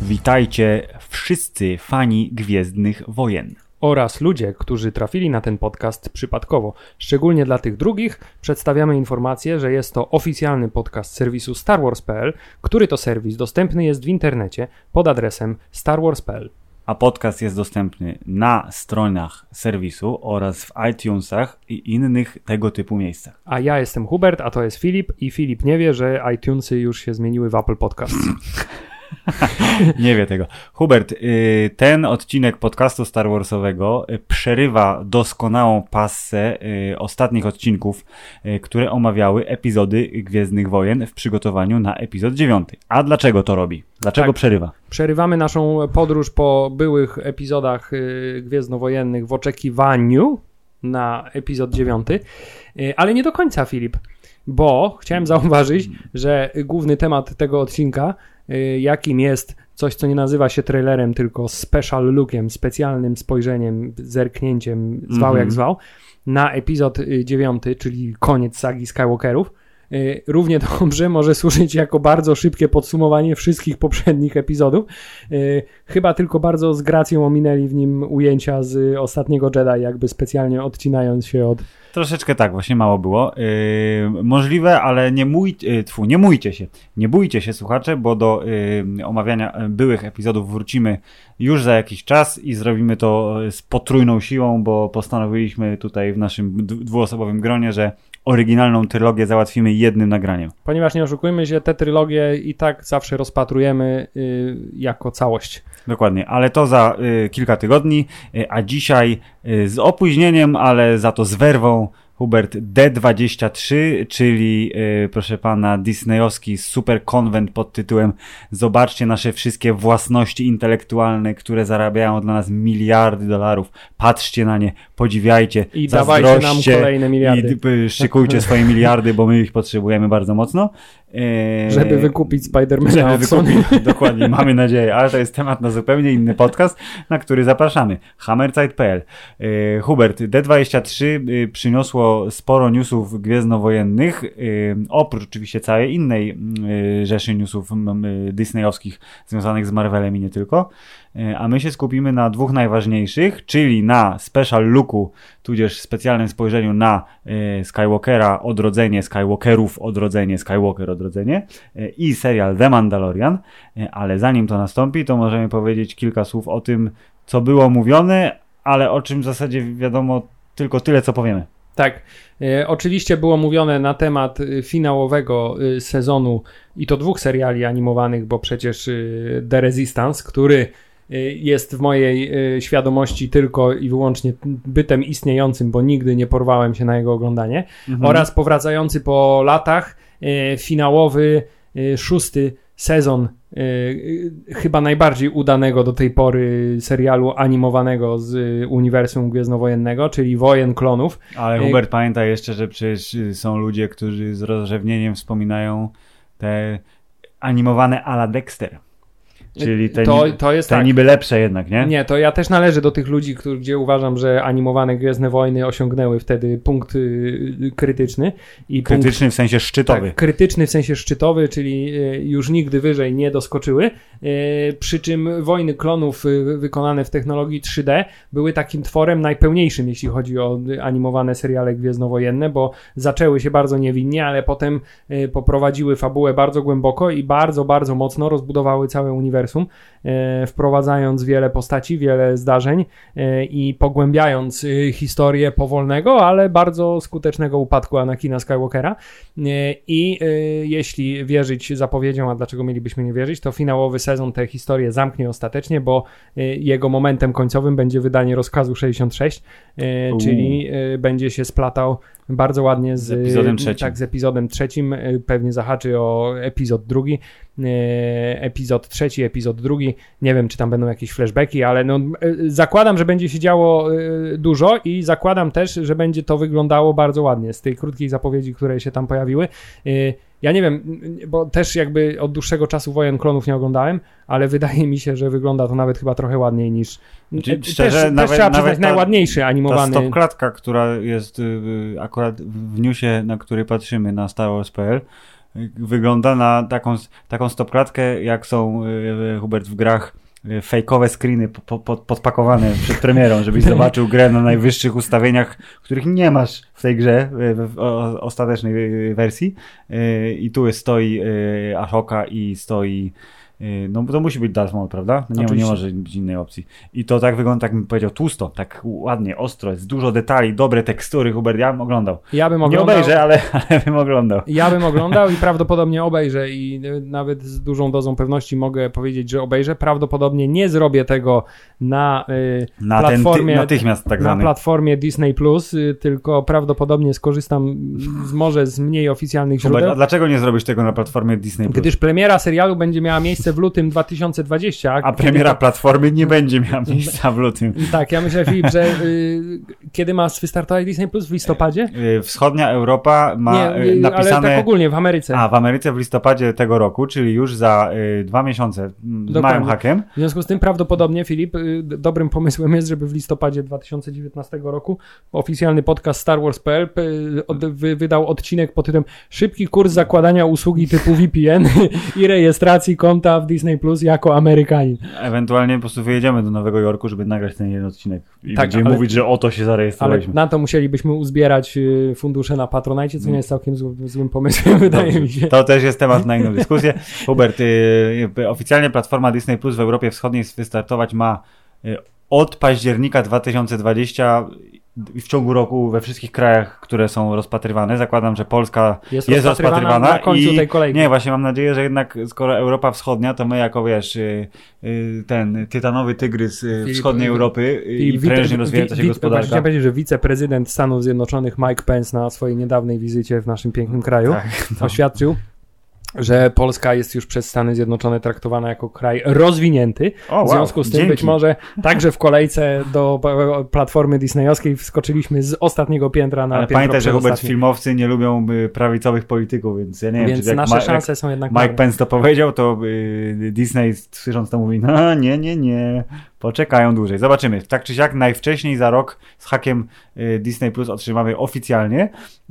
Witajcie wszyscy fani Gwiezdnych Wojen. Oraz ludzie, którzy trafili na ten podcast przypadkowo. Szczególnie dla tych drugich przedstawiamy informację, że jest to oficjalny podcast serwisu StarWars.pl, który to serwis dostępny jest w internecie pod adresem starwars.pl. A podcast jest dostępny na stronach serwisu oraz w iTunesach i innych tego typu miejscach. A ja jestem Hubert, a to jest Filip i Filip nie wie, że iTunesy już się zmieniły w Apple Podcast. Nie wie tego. Hubert, ten odcinek podcastu Star Warsowego przerywa doskonałą passę ostatnich odcinków, które omawiały epizody Gwiezdnych Wojen w przygotowaniu na epizod 9. A dlaczego to robi? Dlaczego przerywa? Przerywamy naszą podróż po byłych epizodach gwiezdnowojennych w oczekiwaniu na epizod 9, ale nie do końca, Filip, bo chciałem zauważyć, że główny temat tego odcinka, jakim jest coś, co nie nazywa się trailerem, tylko special lookiem, specjalnym spojrzeniem, zerknięciem, zwał jak zwał, na epizod 9, czyli koniec sagi Skywalkerów, równie dobrze może służyć jako bardzo szybkie podsumowanie wszystkich poprzednich epizodów. Chyba tylko bardzo z gracją ominęli w nim ujęcia z Ostatniego Jedi, jakby specjalnie odcinając się od... Troszeczkę tak, właśnie mało było. Możliwe, ale nie bójcie się, słuchacze, bo do omawiania byłych epizodów wrócimy już za jakiś czas i zrobimy to z potrójną siłą, bo postanowiliśmy tutaj w naszym dwuosobowym gronie, że oryginalną trylogię załatwimy jednym nagraniem. Ponieważ nie oszukujmy się, te trylogie i tak zawsze rozpatrujemy jako całość. Dokładnie, ale to za kilka tygodni, a dzisiaj z opóźnieniem, ale za to z werwą, Hubert, D23, czyli proszę pana disneyowski super konwent pod tytułem zobaczcie nasze wszystkie własności intelektualne, które zarabiają dla nas miliardy dolarów. Patrzcie na nie, podziwiajcie, i dawajcie nam kolejne miliardy. I szykujcie swoje miliardy, bo my ich potrzebujemy bardzo mocno. Żeby wykupić Spidermana. Dokładnie, mamy nadzieję, ale to jest temat na zupełnie inny podcast, na który zapraszamy. Hammerzeit.pl. Hubert, D23 przyniosło sporo newsów gwiezdnowojennych, oprócz oczywiście całej innej rzeszy newsów disneyowskich związanych z Marvelem i nie tylko. A my się skupimy na dwóch najważniejszych, czyli na special looku, tudzież specjalnym spojrzeniu na Skywalkera odrodzenie, Skywalkerów odrodzenie, Skywalker odrodzenie i serial The Mandalorian. Ale zanim to nastąpi, to możemy powiedzieć kilka słów o tym, co było mówione, ale o czym w zasadzie wiadomo tylko tyle, co powiemy. Tak, oczywiście było mówione na temat finałowego sezonu i to dwóch seriali animowanych, bo przecież The Resistance, który jest w mojej świadomości tylko i wyłącznie bytem istniejącym, bo nigdy nie porwałem się na jego oglądanie, oraz powracający po latach finałowy 6. sezon chyba najbardziej udanego do tej pory serialu animowanego z uniwersum gwiezdnowojennego, czyli Wojen Klonów. Ale Hubert, pamiętaj jeszcze, że przecież są ludzie, którzy z rozrzewnieniem wspominają te animowane a la Dexter. Czyli te jest tak. Niby lepsze jednak, nie? Nie, to ja też należę do tych ludzi, gdzie uważam, że animowane Gwiezdne Wojny osiągnęły wtedy punkt krytyczny. Krytyczny w sensie szczytowy. Tak, krytyczny w sensie szczytowy, czyli już nigdy wyżej nie doskoczyły. Przy czym Wojny Klonów wykonane w technologii 3D były takim tworem najpełniejszym, jeśli chodzi o animowane seriale gwiezdnowojenne, bo zaczęły się bardzo niewinnie, ale potem poprowadziły fabułę bardzo głęboko i bardzo, bardzo mocno rozbudowały całe uniwersum, wprowadzając wiele postaci, wiele zdarzeń i pogłębiając historię powolnego, ale bardzo skutecznego upadku Anakina Skywalkera. I jeśli wierzyć zapowiedziom, a dlaczego mielibyśmy nie wierzyć, to finałowy sezon tę historię zamknie ostatecznie, bo jego momentem końcowym będzie wydanie rozkazu 66, czyli będzie się splatał bardzo ładnie z epizodem trzecim. Tak, z epizodem trzecim. Pewnie zahaczy o epizod drugi. Epizod trzeci, epizod drugi. Nie wiem, czy tam będą jakieś flashbacki, ale no, zakładam, że będzie się działo dużo i zakładam też, że będzie to wyglądało bardzo ładnie z tej krótkiej zapowiedzi, które się tam pojawiły. Ja nie wiem, bo też jakby od dłuższego czasu Wojen Klonów nie oglądałem, ale wydaje mi się, że wygląda to nawet chyba trochę ładniej niż... Szczerze, też trzeba przyznać najładniejszy animowany... Ta stopklatka, która jest akurat w newsie, na który patrzymy na StarWars.pl, wygląda na taką stopklatkę, jak są, Hubert, w grach fejkowe screeny podpakowane przed premierą, żebyś zobaczył grę na najwyższych ustawieniach, których nie masz w tej grze w ostatecznej wersji. I tu stoi Ashoka i stoi... No to musi być Darth Maul, prawda? Nie może być innej opcji. I to tak wygląda, tak bym powiedział, tłusto, tak ładnie, ostro, jest dużo detali, dobre tekstury. Hubert, ja bym oglądał. Nie obejrzę, ale bym oglądał. Ja bym oglądał i prawdopodobnie obejrzę i nawet z dużą dozą pewności mogę powiedzieć, że obejrzę. Prawdopodobnie nie zrobię tego na platformie natychmiast tak zwanej. Na platformie Disney+, tylko prawdopodobnie skorzystam może z mniej oficjalnych źródeł. Hubert, a dlaczego nie zrobisz tego na platformie Disney+? Gdyż premiera serialu będzie miała miejsce w lutym 2020. A premiera platformy nie będzie miała miejsca w lutym. Tak, ja myślę, Filip, że kiedy ma wystartować Disney Plus? W listopadzie? Wschodnia Europa ma napisane... Ale tak ogólnie, w Ameryce. W Ameryce w listopadzie tego roku, czyli już za 2 miesiące z małym hakiem. W związku z tym prawdopodobnie, Filip, dobrym pomysłem jest, żeby w listopadzie 2019 roku oficjalny podcast Star Wars.pl wydał odcinek pod tytułem Szybki kurs zakładania usługi typu VPN i rejestracji konta w Disney Plus jako Amerykanin. Ewentualnie po prostu wyjedziemy do Nowego Jorku, żeby nagrać ten jeden odcinek i będziemy mówić, że oto się zarejestrowaliśmy. Ale na to musielibyśmy uzbierać fundusze na Patronite, co nie jest całkiem złym pomysłem, wydaje mi się. To też jest temat na inną dyskusję. Hubert, oficjalnie platforma Disney Plus w Europie Wschodniej wystartować ma od października 2020 w ciągu roku we wszystkich krajach, które są rozpatrywane. Zakładam, że Polska jest rozpatrywana na końcu tej kolejki. Nie, właśnie mam nadzieję, że jednak skoro Europa Wschodnia, to my jako, wiesz, ten tytanowy tygrys wschodniej Europy i prężnie rozwijająca się gospodarka. Chciałem powiedzieć, że wiceprezydent Stanów Zjednoczonych Mike Pence na swojej niedawnej wizycie w naszym pięknym kraju oświadczył, że Polska jest już przez Stany Zjednoczone traktowana jako kraj rozwinięty. W związku z tym być może także w kolejce do platformy disneyowskiej wskoczyliśmy z ostatniego piętra na piętro. Pamiętaj, że Hubert, filmowcy nie lubią prawicowych polityków, więc ja nie wiem, czy nasze szanse są jednak Mike Pence to powiedział, to Disney słysząc to mówi, no nie. Poczekają dłużej. Zobaczymy. Tak czy siak najwcześniej za rok z hakiem Disney Plus otrzymamy oficjalnie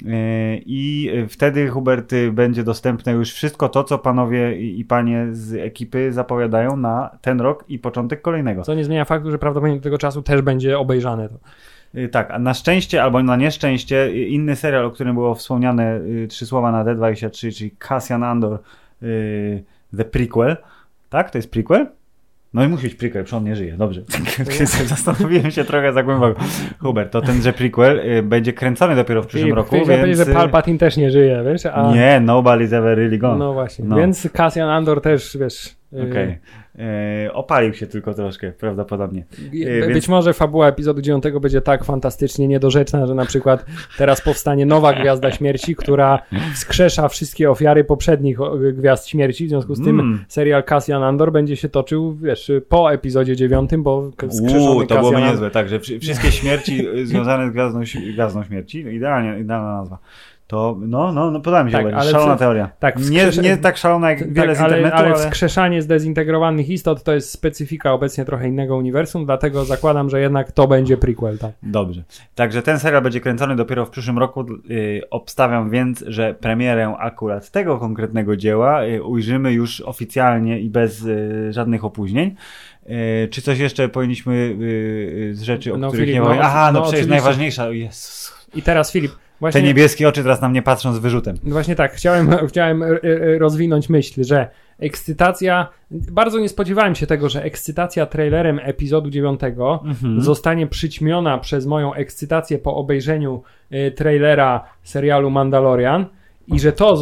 i wtedy, Hubert, będzie dostępne już wszystko to, co panowie i panie z ekipy zapowiadają na ten rok i początek kolejnego. Co nie zmienia faktu, że prawdopodobnie do tego czasu też będzie obejrzane to. Tak, a na szczęście albo na nieszczęście inny serial, o którym było wspomniane 3 słowa na D23, czyli Cassian Andor The Prequel. Tak? To jest prequel? No i musi być prequel, przecież on nie żyje. Dobrze. Zastanowiłem się trochę za głęboko. Hubert, to tenże prequel będzie kręcony dopiero w przyszłym roku, więc... powiedzieć, że Palpatine też nie żyje, wiesz? Nie, nobody's ever really gone. No właśnie, więc Cassian Andor też, wiesz... Okej. Opalił się tylko troszkę, prawdopodobnie. Być może fabuła epizodu 9 będzie tak fantastycznie niedorzeczna, że na przykład teraz powstanie nowa Gwiazda Śmierci, która wskrzesza wszystkie ofiary poprzednich Gwiazd Śmierci, w związku z tym serial Cassian Andor będzie się toczył, wiesz, po epizodzie 9, bo wskrzeszony to byłoby niezłe, także wszystkie śmierci związane z Gwiazdą Śmierci, idealna nazwa. To, podoba mi się, tak, szalona teoria. Tak, nie tak szalona jak wiele z internetu, ale wskrzeszanie zdezintegrowanych istot to jest specyfika obecnie trochę innego uniwersum, dlatego zakładam, że jednak to będzie prequel. Tak. Dobrze. Także ten serial będzie kręcony dopiero w przyszłym roku. Obstawiam więc, że premierę akurat tego konkretnego dzieła ujrzymy już oficjalnie i bez żadnych opóźnień. Czy coś jeszcze powinniśmy z rzeczy, o których Filip, nie mówię? Przecież oczywiście. Najważniejsza. Jezus. I teraz Filip. Właśnie, te niebieskie oczy teraz na mnie patrzą z wyrzutem. Właśnie tak, chciałem rozwinąć myśl, że ekscytacja, bardzo nie spodziewałem się tego, że ekscytacja trailerem epizodu 9 zostanie przyćmiona przez moją ekscytację po obejrzeniu trailera serialu Mandalorian i że to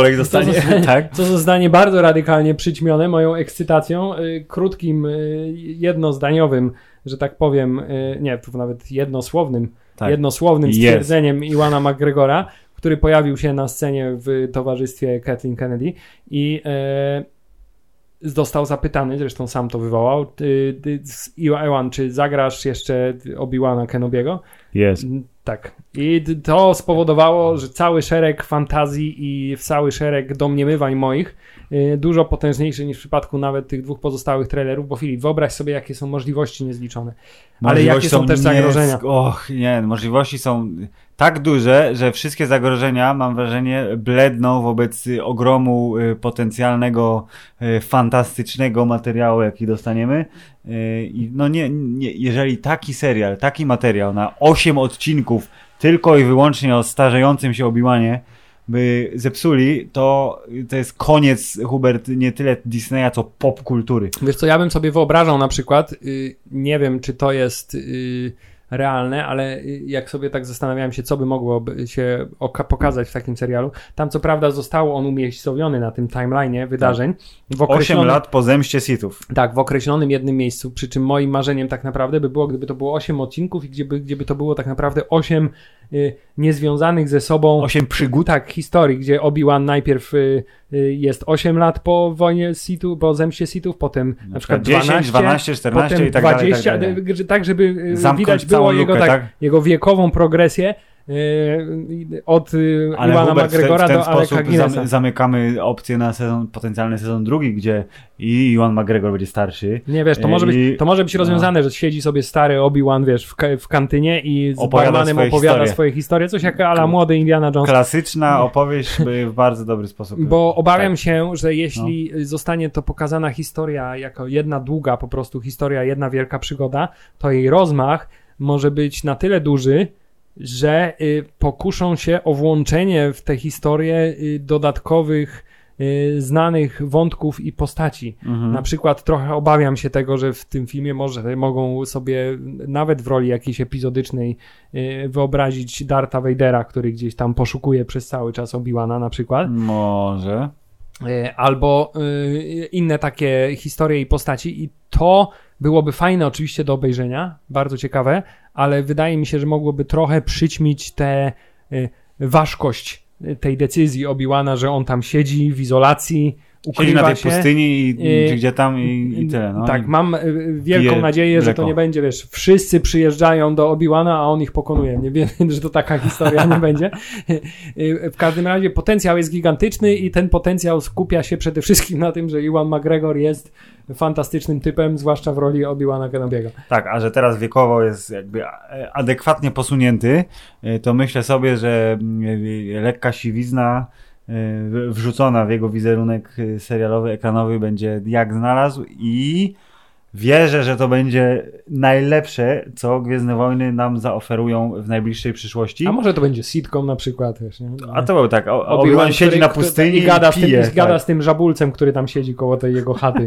zostanie bardzo radykalnie przyćmione moją ekscytacją krótkim, jednozdaniowym, że tak powiem, nie, to nawet jednosłownym stwierdzeniem Ewana McGregora, który pojawił się na scenie w towarzystwie Kathleen Kennedy i został zapytany, zresztą sam to wywołał, Ewan, czy zagrasz jeszcze Obi-Wana Kenobiego? Jest. Tak. I to spowodowało, że cały szereg fantazji i cały szereg domniemywań moich dużo potężniejszy niż w przypadku nawet tych dwóch pozostałych trailerów, bo Filip, wyobraź sobie, jakie są możliwości niezliczone. Ale jakie są też zagrożenia. Możliwości są tak duże, że wszystkie zagrożenia, mam wrażenie, bledną wobec ogromu potencjalnego, fantastycznego materiału, jaki dostaniemy. Jeżeli taki serial, taki materiał na 8 odcinków tylko i wyłącznie o starzejącym się Obi-Wanie by zepsuli, to jest koniec, Hubert, nie tyle Disneya, co pop kultury. Wiesz co, ja bym sobie wyobrażał na przykład, nie wiem, czy to jest realne, ale jak sobie tak zastanawiałem się, co by mogło się pokazać w takim serialu, tam co prawda został on umiejscowiony na tym timeline'ie wydarzeń. Tak. 8 lat po zemście Sithów. Tak, w określonym jednym miejscu, przy czym moim marzeniem tak naprawdę by było, gdyby to było 8 odcinków i gdzieby to było tak naprawdę 8 niezwiązanych ze sobą 8 przygód. Tak, historii, gdzie Obi-Wan najpierw jest 8 lat po wojnie Sithów, po zemście Sithów, potem na przykład 10, 12, 14 potem i tak 20, dalej. tak żeby zamknąć widać było jego, lukę, tak? jego wiekową progresję od Iwana McGregora do Aleka Guinnessa. Zamykamy opcję na potencjalny sezon drugi, gdzie i Iwan McGregor będzie starszy. Nie, wiesz, to może być rozwiązane, że siedzi sobie stary Obi-Wan, wiesz, w kantynie i z barmanem opowiada swoje historie, coś jak ala młody Indiana Jones. Klasyczna opowieść w bardzo dobry sposób. Bo obawiam się, że jeśli zostanie to pokazana historia jako jedna długa po prostu historia, jedna wielka przygoda, to jej rozmach może być na tyle duży, że pokuszą się o włączenie w tę historię dodatkowych znanych wątków i postaci. Na przykład trochę obawiam się tego, że w tym filmie mogą sobie nawet w roli jakiejś epizodycznej wyobrazić Dartha Vadera, który gdzieś tam poszukuje przez cały czas Obi-Wana na przykład. Może. Albo inne takie historie i postaci i to byłoby fajne oczywiście do obejrzenia, bardzo ciekawe, ale wydaje mi się, że mogłoby trochę przyćmić tę ważkość tej decyzji Obi-Wana, że on tam siedzi w izolacji, ukrywa siedzi na tej się. pustyni czy gdzie tam i tyle. No. Tak, mam wielką nadzieję, że to nie będzie, wiesz, wszyscy przyjeżdżają do Obi-Wana, a on ich pokonuje. Nie wiem, że to taka historia nie będzie. W każdym razie potencjał jest gigantyczny i ten potencjał skupia się przede wszystkim na tym, że Ewan McGregor jest fantastycznym typem, zwłaszcza w roli Obi-Wana Kenobiego. Tak, a że teraz wiekowo jest jakby adekwatnie posunięty, to myślę sobie, że lekka siwizna wrzucona w jego wizerunek serialowy, ekranowy będzie jak znalazł i wierzę, że to będzie najlepsze, co Gwiezdne Wojny nam zaoferują w najbliższej przyszłości. A może to będzie sitcom na przykład, wiesz, nie? A to był tak, Obi-Wan siedzi na pustyni i gada z tym żabulcem, który tam siedzi koło tej jego chaty.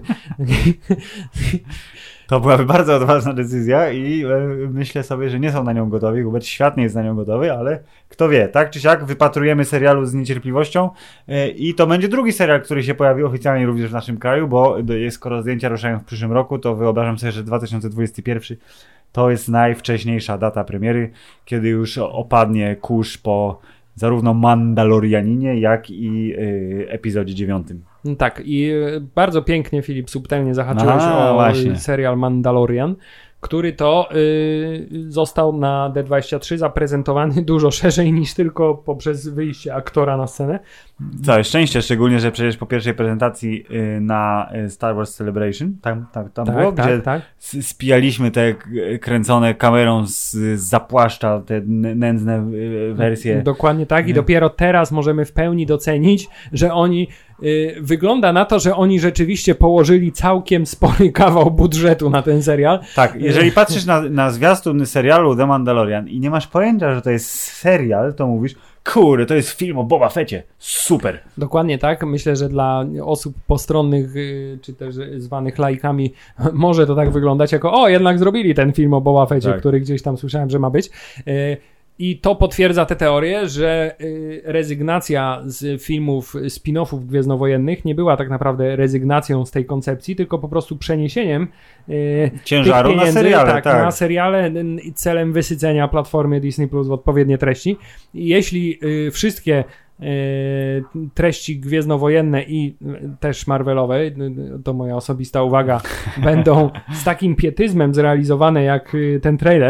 To byłaby bardzo odważna decyzja i myślę sobie, że nie są na nią gotowi. Hubert świat nie jest na nią gotowy, ale kto wie, tak czy siak wypatrujemy serialu z niecierpliwością i to będzie drugi serial, który się pojawi oficjalnie również w naszym kraju, bo skoro zdjęcia ruszają w przyszłym roku, to wyobrażam sobie, że 2021 to jest najwcześniejsza data premiery, kiedy już opadnie kurz po zarówno Mandalorianinie, jak i epizodzie 9. Tak, i bardzo pięknie, Filip, subtelnie zahaczyłeś o serial Mandalorian, który to został na D23 zaprezentowany dużo szerzej niż tylko poprzez wyjście aktora na scenę. Całe szczęście, szczególnie, że przecież po pierwszej prezentacji na Star Wars Celebration, tam było, gdzie spijaliśmy te kręcone kamerą z zapłaszcza, te nędzne wersje. Dokładnie tak i dopiero teraz możemy w pełni docenić, że oni wygląda na to, że oni rzeczywiście położyli całkiem spory kawał budżetu na ten serial. Tak, jeżeli patrzysz na zwiastun serialu The Mandalorian i nie masz pojęcia, że to jest serial, to mówisz, kurde, to jest film o Boba Fetcie, super. Dokładnie tak, myślę, że dla osób postronnych, czy też zwanych laikami, może to tak wyglądać jako, jednak zrobili ten film o Boba Fetcie, tak, który gdzieś tam słyszałem, że ma być. I to potwierdza tę teorię, że rezygnacja z filmów spin-offów gwiezdnowojennych nie była tak naprawdę rezygnacją z tej koncepcji, tylko po prostu przeniesieniem ciężaru tych pieniędzy, na seriale celem wysycenia platformy Disney Plus w odpowiednie treści. I jeśli wszystkie treści gwiezdnowojenne i też Marvelowe, to moja osobista uwaga, będą z takim pietyzmem zrealizowane jak ten trailer,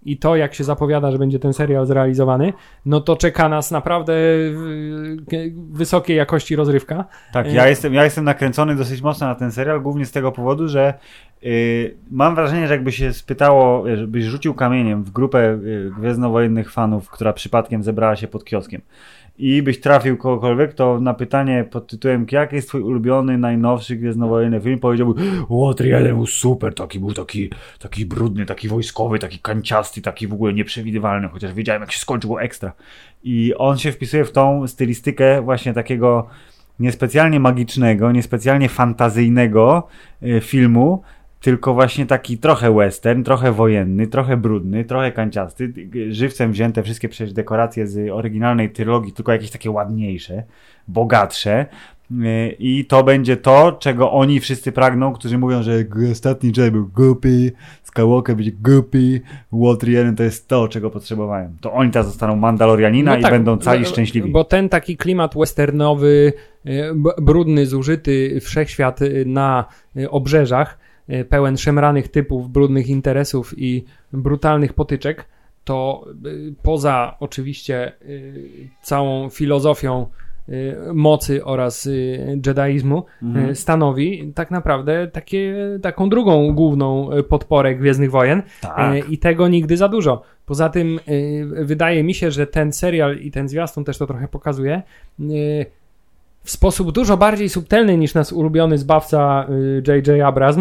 i to, jak się zapowiada, że będzie ten serial zrealizowany, no to czeka nas naprawdę wysokiej jakości rozrywka. Tak, ja jestem nakręcony dosyć mocno na ten serial, głównie z tego powodu, że mam wrażenie, że jakby się spytało, żebyś rzucił kamieniem w grupę gwiezdnowojennych fanów, która przypadkiem zebrała się pod kioskiem i byś trafił kogokolwiek, to na pytanie pod tytułem jaki jest twój ulubiony, najnowszy gwiezdnowojenny film, powiedziałby Water 1 był super, był taki brudny, taki wojskowy, taki kanciasty, taki w ogóle nieprzewidywalny, chociaż wiedziałem jak się skończyło ekstra. I on się wpisuje w tą stylistykę właśnie takiego niespecjalnie magicznego, niespecjalnie fantazyjnego filmu, tylko właśnie taki trochę western, trochę wojenny, trochę brudny, trochę kanciasty, żywcem wzięte wszystkie przecież dekoracje z oryginalnej trylogii, tylko jakieś takie ładniejsze, bogatsze i to będzie to, czego oni wszyscy pragną, którzy mówią, że ostatni Jedi był głupi, Skywalker będzie głupi, Water 1 to jest to, czego potrzebowają. To oni teraz zostaną Mandalorianina i będą cali szczęśliwi. Bo ten taki klimat westernowy, brudny, zużyty wszechświat na obrzeżach, pełen szemranych typów, brudnych interesów i brutalnych potyczek, to poza oczywiście całą filozofią mocy oraz dżedaizmu stanowi tak naprawdę taką drugą główną podporę Gwiezdnych Wojen. Tak. I tego nigdy za dużo. Poza tym wydaje mi się, że ten serial i ten zwiastun też to trochę pokazuje, w sposób dużo bardziej subtelny niż nasz ulubiony zbawca J.J.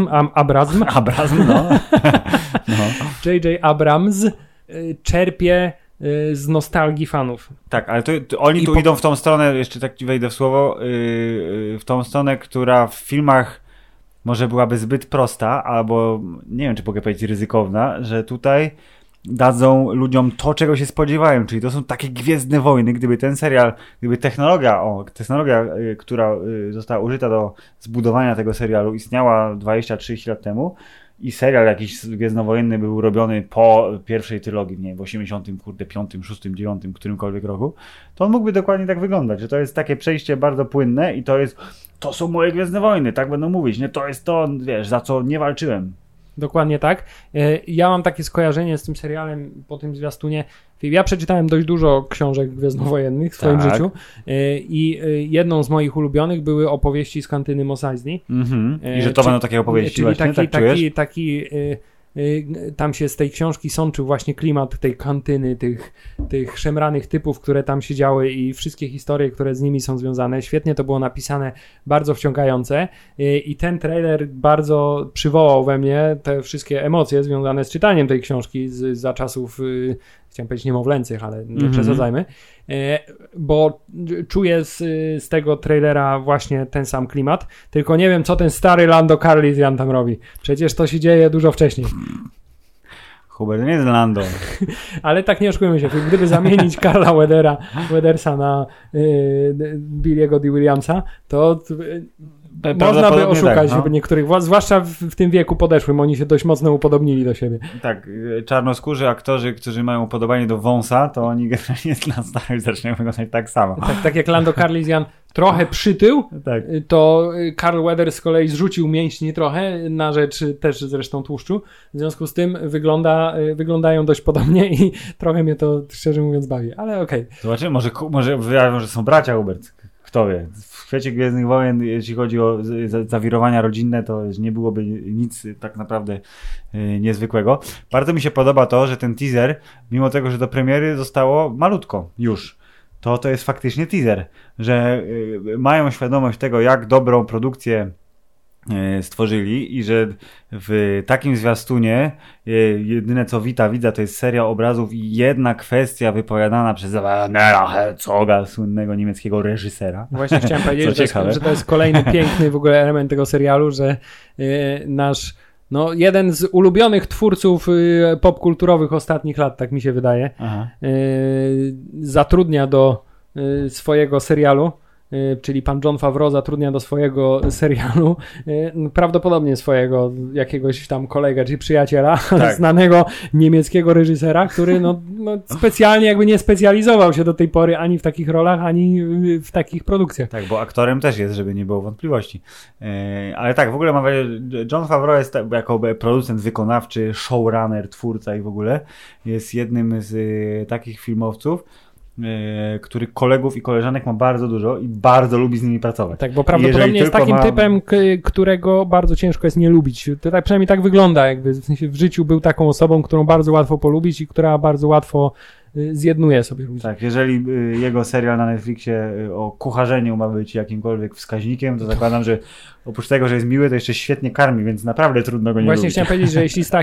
J.J. Abrams czerpie z nostalgii fanów. Tak, ale to oni tu idą w tą stronę, jeszcze tak ci wejdę w słowo, w tą stronę, która w filmach może byłaby zbyt prosta, albo nie wiem, czy mogę powiedzieć ryzykowna, że tutaj dadzą ludziom to, czego się spodziewają, czyli to są takie Gwiezdne Wojny, gdyby ten serial, gdyby technologia, która została użyta do zbudowania tego serialu istniała 20-30 lat temu i serial jakiś gwiezdnowojenny był robiony po pierwszej trylogii, nie wiem, w 85, 6, 9, którymkolwiek roku, to on mógłby dokładnie tak wyglądać, że to jest takie przejście bardzo płynne i to są moje Gwiezdne Wojny, tak będą mówić, nie, to jest to, wiesz, za co nie walczyłem. Dokładnie tak. Ja mam takie skojarzenie z tym serialem po tym zwiastunie. Ja przeczytałem dość dużo książek gwiezdnowojennych w swoim życiu i jedną z moich ulubionych były opowieści z kantyny Mos Eisley. I że to będą takie opowieści właśnie, taki tam się z tej książki sączył właśnie klimat tej kantyny, tych szemranych typów, które tam się działy i wszystkie historie, które z nimi są związane. Świetnie to było napisane, bardzo wciągające i ten trailer bardzo przywołał we mnie te wszystkie emocje związane z czytaniem tej książki za czasów, chciałem powiedzieć niemowlęcych, ale nie przesadzajmy, bo czuję z tego trailera właśnie ten sam klimat, tylko nie wiem, co ten stary Lando Calrissian tam robi. Przecież to się dzieje dużo wcześniej. Hubert, nie jest Lando. Ale tak nie oszukujmy się, gdyby zamienić Carla Wedersa na Billy'ego D. Williamsa, to można by oszukać tak, niektórych, zwłaszcza w tym wieku podeszłym, oni się dość mocno upodobnili do siebie. Tak, czarnoskórzy aktorzy, którzy mają upodobanie do wąsa, to oni generalnie dla starych zaczynają wyglądać tak samo. Tak jak Lando Calrissian trochę przytył, tak. To Carl Weathers z kolei zrzucił mięśni trochę, na rzecz też zresztą tłuszczu, w związku z tym wyglądają dość podobnie i trochę mnie to szczerze mówiąc bawi, ale okej. Zobaczymy, może wyjawią, że są bracia Hubert. Kto wie, w świecie Gwiezdnych Wojen, jeśli chodzi o zawirowania rodzinne, to nie byłoby nic tak naprawdę niezwykłego. Bardzo mi się podoba to, że ten teaser, mimo tego, że do premiery zostało malutko już, to jest faktycznie teaser, że mają świadomość tego, jak dobrą produkcję stworzyli i że w takim zwiastunie jedyne co widza to jest seria obrazów i jedna kwestia wypowiadana przez Wernera Herzoga, słynnego niemieckiego reżysera. Właśnie chciałem powiedzieć, że to jest kolejny piękny w ogóle element tego serialu, że nasz jeden z ulubionych twórców popkulturowych ostatnich lat, tak mi się wydaje, zatrudnia do swojego serialu czyli pan Jon Favreau zatrudnia do swojego serialu prawdopodobnie swojego jakiegoś tam kolegę czy przyjaciela, tak. Znanego niemieckiego reżysera, który no specjalnie jakby nie specjalizował się do tej pory ani w takich rolach, ani w takich produkcjach. Tak, bo aktorem też jest, żeby nie było wątpliwości. Ale tak, w ogóle mam wrażenie, Jon Favreau jest jako producent wykonawczy, showrunner, twórca i w ogóle jest jednym z takich filmowców, który kolegów i koleżanek ma bardzo dużo i bardzo lubi z nimi pracować. Tak, bo prawdopodobnie jest takim typem, którego bardzo ciężko jest nie lubić. Tutaj przynajmniej tak wygląda, jakby w sensie w życiu był taką osobą, którą bardzo łatwo polubić i która bardzo łatwo zjednuje sobie ludzi. Tak, jeżeli jego serial na Netflixie o kucharzeniu ma być jakimkolwiek wskaźnikiem, to zakładam, że oprócz tego, że jest miły, to jeszcze świetnie karmi, więc naprawdę trudno go nie lubić. Właśnie chciałem powiedzieć, że jeśli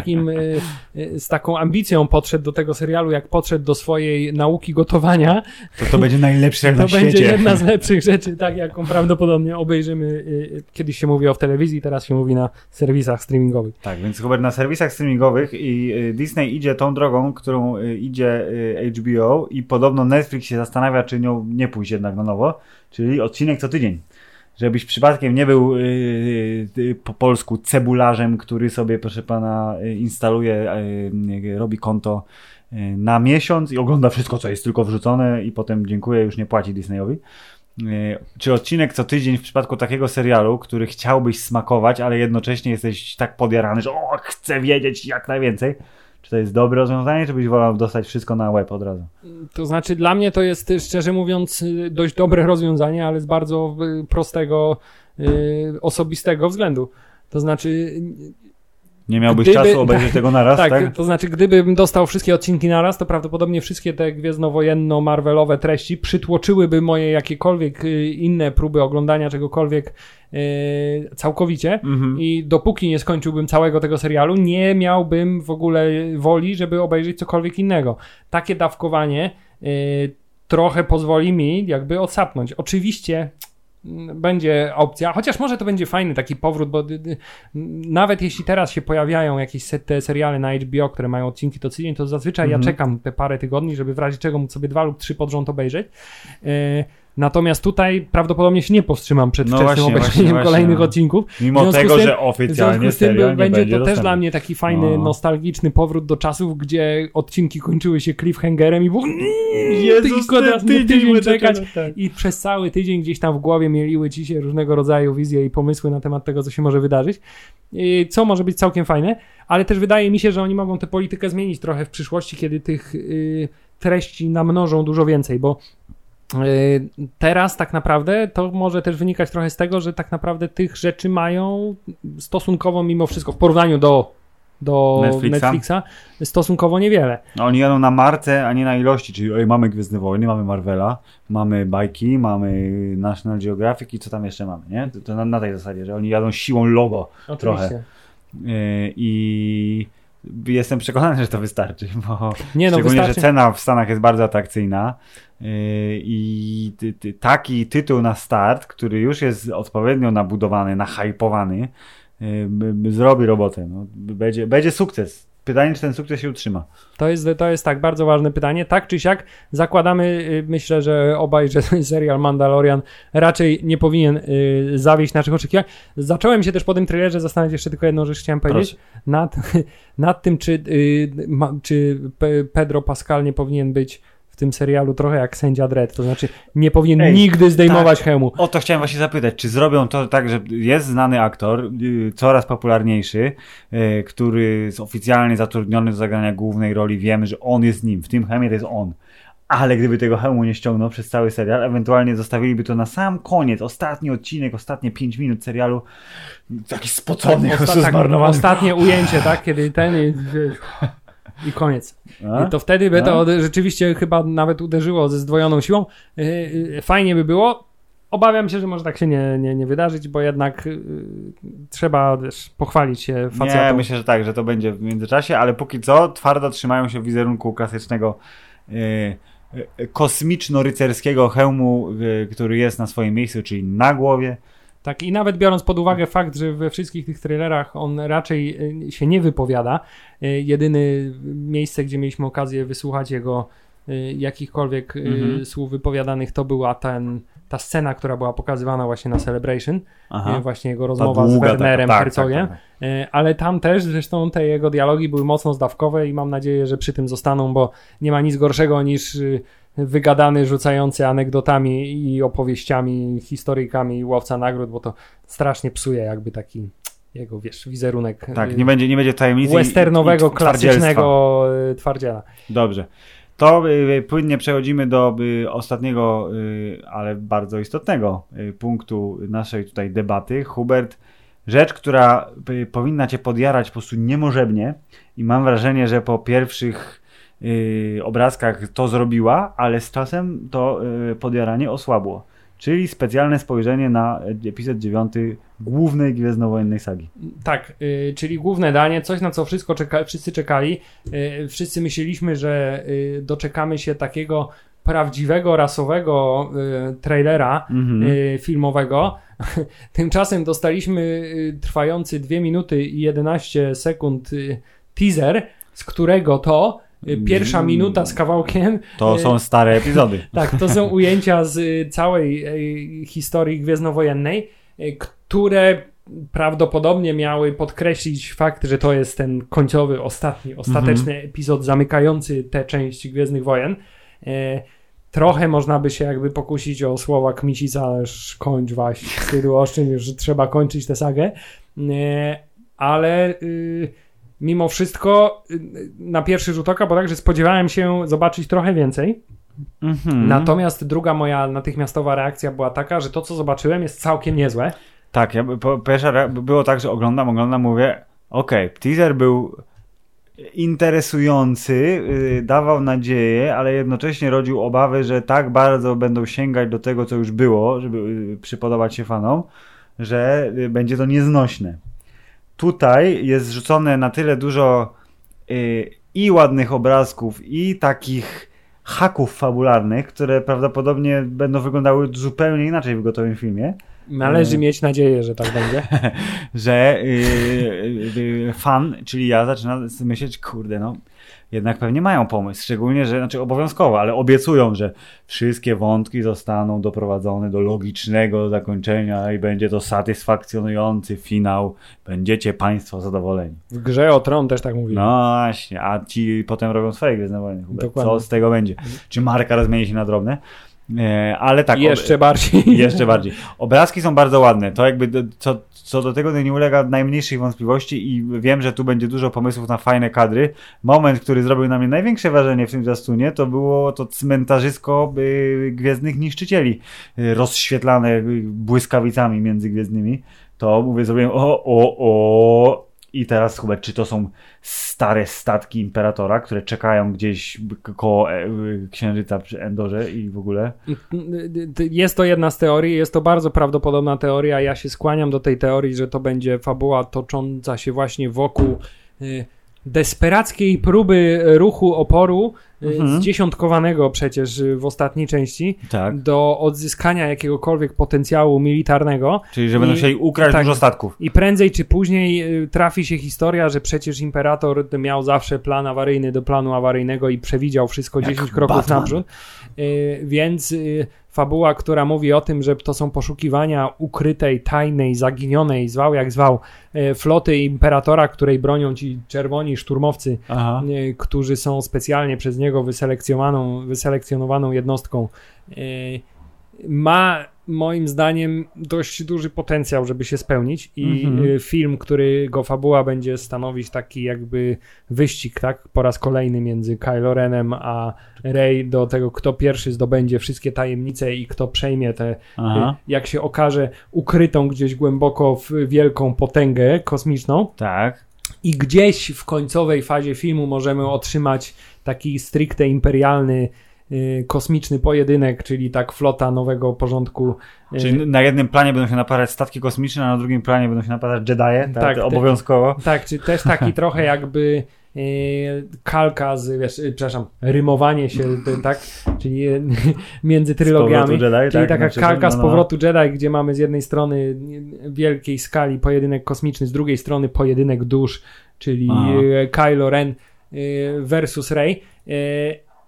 z taką ambicją podszedł do tego serialu, jak podszedł do swojej nauki gotowania, to będzie najlepszy serial na świecie. To będzie jedna z lepszych rzeczy, tak jaką prawdopodobnie obejrzymy. Kiedyś się mówiło w telewizji, teraz się mówi na serwisach streamingowych. Tak, więc Hubert, na serwisach streamingowych i Disney idzie tą drogą, którą idzie HBO i podobno Netflix się zastanawia, czy nią nie pójść jednak na nowo, czyli odcinek co tydzień. Żebyś przypadkiem nie był po polsku cebularzem, który sobie, proszę pana, instaluje, robi konto na miesiąc i ogląda wszystko, co jest tylko wrzucone i potem dziękuję, już nie płaci Disneyowi. Czy odcinek co tydzień w przypadku takiego serialu, który chciałbyś smakować, ale jednocześnie jesteś tak podjarany, że chcę wiedzieć jak najwięcej. Czy to jest dobre rozwiązanie, czy byś wolał dostać wszystko na łeb od razu? To znaczy dla mnie to jest, szczerze mówiąc, dość dobre rozwiązanie, ale z bardzo prostego, osobistego względu. To znaczy... Nie miałbyś czasu obejrzeć tego naraz, tak? Tak, to znaczy gdybym dostał wszystkie odcinki naraz, to prawdopodobnie wszystkie te gwiezdnowojenno-marvelowe treści przytłoczyłyby moje jakiekolwiek inne próby oglądania czegokolwiek całkowicie i dopóki nie skończyłbym całego tego serialu, nie miałbym w ogóle woli, żeby obejrzeć cokolwiek innego. Takie dawkowanie trochę pozwoli mi jakby odsapnąć. Oczywiście będzie opcja, chociaż może to będzie fajny taki powrót, bo nawet jeśli teraz się pojawiają jakieś te seriale na HBO, które mają odcinki co tydzień, to zazwyczaj ja czekam te parę tygodni, żeby w razie czego móc sobie 2 lub 3 pod rząd obejrzeć. Natomiast tutaj prawdopodobnie się nie powstrzymam przed wczesnym obejrzeniem kolejnych odcinków. Mimo tego, że oficjalnie serial nie będzie to też dla mnie taki fajny, nostalgiczny powrót do czasów, gdzie odcinki kończyły się cliffhangerem i było tydzień czekać i przez cały tydzień gdzieś tam w głowie mieliły ci się różnego rodzaju wizje i pomysły na temat tego, co się może wydarzyć. Co może być całkiem fajne, ale też wydaje mi się, że oni mogą tę politykę zmienić trochę w przyszłości, kiedy tych treści namnożą dużo więcej, bo teraz tak naprawdę to może też wynikać trochę z tego, że tak naprawdę tych rzeczy mają stosunkowo mimo wszystko w porównaniu do Netflixa stosunkowo niewiele. No, oni jadą na marce, a nie na ilości, czyli mamy Gwiezdne Wojny, mamy Marvela, mamy bajki, mamy National Geographic i co tam jeszcze mamy, nie? To na tej zasadzie, że oni jadą siłą logo trochę. I jestem przekonany, że to wystarczy, bo szczególnie, że cena w Stanach jest bardzo atrakcyjna i taki tytuł na start, który już jest odpowiednio nabudowany, nahypowany, zrobi robotę. No, będzie sukces. Pytanie, czy ten sukces się utrzyma. To jest tak, bardzo ważne pytanie. Tak czy siak zakładamy, myślę, że obaj, że serial Mandalorian raczej nie powinien zawieść naszych oczekiwań. Zacząłem się też po tym trailerze zastanawiać, jeszcze tylko jedną rzecz chciałem powiedzieć. Nad tym, czy Pedro Pascal nie powinien być w tym serialu trochę jak sędzia Dredd, to znaczy nie powinien nigdy zdejmować hełmu. O to chciałem właśnie zapytać, czy zrobią to tak, że jest znany aktor, coraz popularniejszy, który jest oficjalnie zatrudniony do zagrania głównej roli, wiemy, że on jest nim, w tym hełmie to jest on. Ale gdyby tego hełmu nie ściągnął przez cały serial, ewentualnie zostawiliby to na sam koniec, ostatni odcinek, ostatnie 5 minut serialu, taki spocony, zmarnowany. Ostatnie ujęcie, tak? Kiedy i koniec. I to wtedy by to rzeczywiście chyba nawet uderzyło ze zdwojoną siłą. Fajnie by było. Obawiam się, że może tak się nie wydarzyć, bo jednak trzeba pochwalić się facjatą. Nie, myślę, że tak, że to będzie w międzyczasie, ale póki co twardo trzymają się wizerunku klasycznego kosmiczno-rycerskiego hełmu, który jest na swoim miejscu, czyli na głowie. Tak, i nawet biorąc pod uwagę fakt, że we wszystkich tych trailerach on raczej się nie wypowiada, jedyne miejsce, gdzie mieliśmy okazję wysłuchać jego jakichkolwiek słów wypowiadanych, to była ta scena, która była pokazywana właśnie na Celebration, właśnie jego rozmowa z Wernerem Herzogiem, ale tam też zresztą te jego dialogi były mocno zdawkowe i mam nadzieję, że przy tym zostaną, bo nie ma nic gorszego niż wygadany, rzucający anegdotami i opowieściami, historyjkami łowca nagród, bo to strasznie psuje jakby taki jego, wizerunek. Tak, nie będzie tajemnicy westernowego, klasycznego twardziela. Dobrze. To płynnie przechodzimy do ostatniego, ale bardzo istotnego punktu naszej tutaj debaty. Hubert, rzecz, która powinna cię podjarać po prostu niemożebnie i mam wrażenie, że po pierwszych obrazkach to zrobiła, ale z czasem to podjaranie osłabło. Czyli specjalne spojrzenie na epizod 9 głównej gwiezdnowojennej sagi. Tak, czyli główne danie, coś na co wszyscy czekali. Wszyscy myśleliśmy, że doczekamy się takiego prawdziwego, rasowego trailera filmowego. Tymczasem dostaliśmy trwający 2 minuty i 11 sekund teaser, z którego to pierwsza minuta z kawałkiem. To są stare epizody. Tak, to są ujęcia z całej historii gwiezdnowojennej, które prawdopodobnie miały podkreślić fakt, że to jest ten końcowy, ostateczny epizod zamykający tę część Gwiezdnych Wojen. Trochę można by się jakby pokusić o słowa Kmicica, ależ kończ waś z tylu oszczędź, już że trzeba kończyć tę sagę. Ale mimo wszystko na pierwszy rzut oka, bo także spodziewałem się zobaczyć trochę więcej. Natomiast druga moja natychmiastowa reakcja była taka, że to co zobaczyłem jest całkiem niezłe. Tak, pierwsza było tak, że oglądam, mówię teaser był interesujący, dawał nadzieję, ale jednocześnie rodził obawy, że tak bardzo będą sięgać do tego, co już było, żeby przypodobać się fanom, że będzie to nieznośne. Tutaj jest rzucone na tyle dużo i ładnych obrazków, i takich haków fabularnych, które prawdopodobnie będą wyglądały zupełnie inaczej w gotowym filmie. Należy mieć nadzieję, że tak będzie. Że fan, czyli ja, zaczyna myśleć, jednak pewnie mają pomysł, szczególnie, że, obowiązkowo, ale obiecują, że wszystkie wątki zostaną doprowadzone do logicznego zakończenia i będzie to satysfakcjonujący finał. Będziecie państwo zadowoleni. W Grze o Tron też tak mówili. No właśnie, a ci potem robią swoje Gwiezdne Wojny. Co z tego będzie? Czy marka rozmieni się na drobne? Ale tak. Jeszcze bardziej. Jeszcze bardziej. Obrazki są bardzo ładne. To jakby co do tego nie ulega najmniejszych wątpliwości i wiem, że tu będzie dużo pomysłów na fajne kadry. Moment, który zrobił na mnie największe wrażenie w tym zwiastunie, to było to cmentarzysko gwiezdnych niszczycieli rozświetlane błyskawicami międzygwiezdnymi. To mówię, zrobiłem i teraz, Hubert, czy to są stare statki Imperatora, które czekają gdzieś koło Księżyca przy Endorze i w ogóle? Jest to jedna z teorii, jest to bardzo prawdopodobna teoria. Ja się skłaniam do tej teorii, że to będzie fabuła tocząca się właśnie wokół desperackiej próby ruchu oporu zdziesiątkowanego przecież w ostatniej części do odzyskania jakiegokolwiek potencjału militarnego. Czyli że będą chcieli ukraść dużo statków. I prędzej czy później trafi się historia, że przecież Imperator miał zawsze plan awaryjny do planu awaryjnego i przewidział wszystko 10 kroków naprzód. Więc fabuła, która mówi o tym, że to są poszukiwania ukrytej, tajnej, zaginionej, zwał jak zwał, floty Imperatora, której bronią ci czerwoni szturmowcy, którzy są specjalnie przez niego wyselekcjonowaną jednostką, ma moim zdaniem dość duży potencjał, żeby się spełnić i film, którego fabuła będzie stanowić taki jakby wyścig, tak, po raz kolejny między Kylo Renem a Rey do tego, kto pierwszy zdobędzie wszystkie tajemnice i kto przejmie tę, jak się okaże, ukrytą gdzieś głęboko w wielką potęgę kosmiczną. Tak. I gdzieś w końcowej fazie filmu możemy otrzymać taki stricte imperialny kosmiczny pojedynek, czyli tak flota nowego porządku. Czyli na jednym planie będą się napadać statki kosmiczne, a na drugim planie będą się napadać Jedije, tak obowiązkowo. Tak, czy też taki trochę jakby kalka rymowanie się, tak, czyli między trylogiami, Jedi, czyli taka kalka z powrotu Jedi, gdzie mamy z jednej strony wielkiej skali pojedynek kosmiczny, z drugiej strony pojedynek dusz, czyli Kylo Ren versus Rey.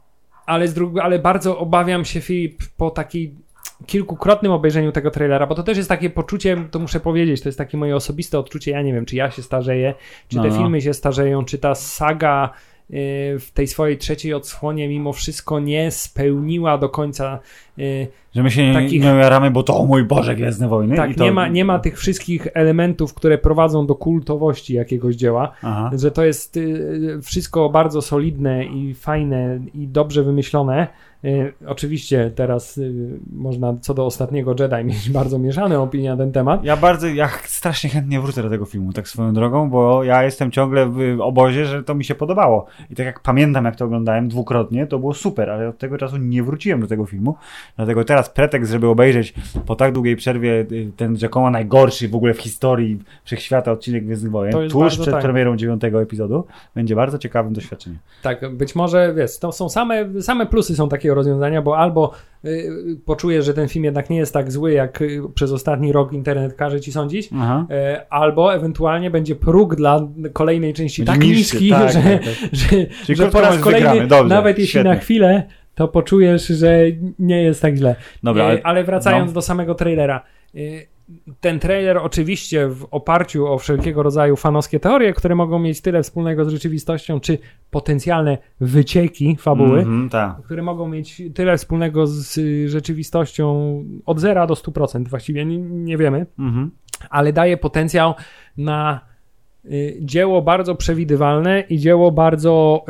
ale bardzo obawiam się, Filip, po takiej kilkukrotnym obejrzeniu tego trailera, bo to też jest takie poczucie, to muszę powiedzieć, to jest takie moje osobiste odczucie, ja nie wiem, czy ja się starzeję, czy te filmy się starzeją, czy ta saga w tej swojej trzeciej odsłonie mimo wszystko nie spełniła do końca że my się nie jaramy, bo to o mój Boże, Gwiezdne Wojny. Tak, i to... nie ma tych wszystkich elementów, które prowadzą do kultowości jakiegoś dzieła, że to jest wszystko bardzo solidne i fajne i dobrze wymyślone. Oczywiście teraz można co do Ostatniego Jedi mieć bardzo mieszane opinie na ten temat. Ja strasznie chętnie wrócę do tego filmu, tak swoją drogą, bo ja jestem ciągle w obozie, że to mi się podobało. I tak jak pamiętam, jak to oglądałem dwukrotnie, to było super, ale od tego czasu nie wróciłem do tego filmu. Dlatego teraz pretekst, żeby obejrzeć po tak długiej przerwie ten rzekomo najgorszy w ogóle w historii wszechświata odcinek Gwiezdnych Wojen, tuż przed premierą 9. epizodu, będzie bardzo ciekawym doświadczeniem. Tak, być może, wiesz, to są same plusy są takiego rozwiązania, bo albo poczujesz, że ten film jednak nie jest tak zły, jak przez ostatni rok internet każe ci sądzić, albo ewentualnie będzie próg dla kolejnej części tak niski, że po raz kolejny, nawet jeśli na chwilę, to poczujesz, że nie jest tak źle. Dobra, ale wracając do samego trailera. Ten trailer oczywiście w oparciu o wszelkiego rodzaju fanowskie teorie, które mogą mieć tyle wspólnego z rzeczywistością, czy potencjalne wycieki fabuły, które mogą mieć tyle wspólnego z rzeczywistością od 0 do 100%, właściwie nie wiemy, ale daje potencjał na dzieło bardzo przewidywalne i dzieło bardzo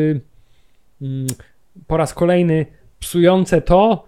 po raz kolejny psujące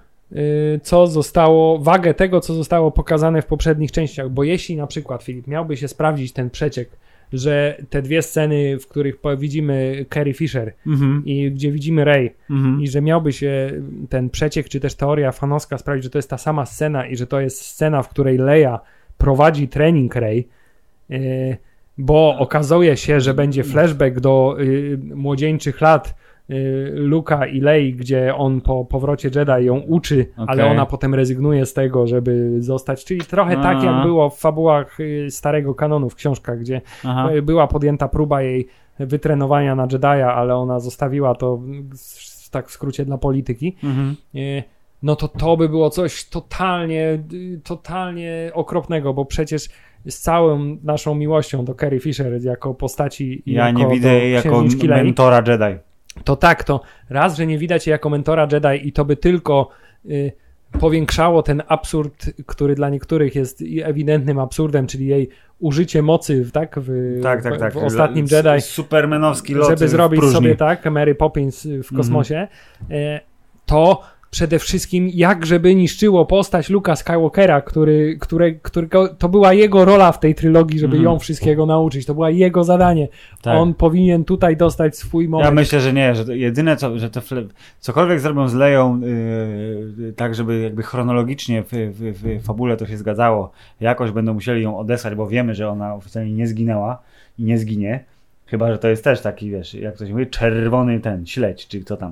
wagę tego, co zostało pokazane w poprzednich częściach, bo jeśli na przykład, Filip, miałby się sprawdzić ten przeciek, że te dwie sceny, w których widzimy Carrie Fisher i gdzie widzimy Rey i że miałby się ten przeciek, czy też teoria fanowska sprawdzić, że to jest ta sama scena i że to jest scena, w której Leia prowadzi trening Rey, bo okazuje się, że będzie flashback do młodzieńczych lat Luka i Lei, gdzie on po powrocie Jedi ją uczy, ale ona potem rezygnuje z tego, żeby zostać, czyli trochę tak jak było w fabułach starego kanonu w książkach, gdzie była podjęta próba jej wytrenowania na Jedi'a, ale ona zostawiła to tak w skrócie dla polityki. No to by było coś totalnie okropnego, bo przecież z całą naszą miłością do Carrie Fisher jako postaci i ja nie widzę jej jako mentora Jedi. To tak, to raz, że nie widać jej jako mentora Jedi i to by tylko powiększało ten absurd, który dla niektórych jest ewidentnym absurdem, czyli jej użycie mocy w ostatnim Jedi. Supermanowski lot żeby zrobić sobie Mary Poppins w kosmosie. To przede wszystkim jak żeby niszczyło postać Luka Skywalkera, którego to była jego rola w tej trylogii, żeby ją wszystkiego nauczyć. To było jego zadanie. Tak. On powinien tutaj dostać swój moment. Ja myślę, że nie, że jedyne że to cokolwiek zrobią z Leją tak, żeby jakby chronologicznie w fabule to się zgadzało, jakoś będą musieli ją odesłać, bo wiemy, że ona oficjalnie nie zginęła i nie zginie. Chyba, że to jest też taki, wiesz, jak to się mówi, czerwony śledź, czy kto tam.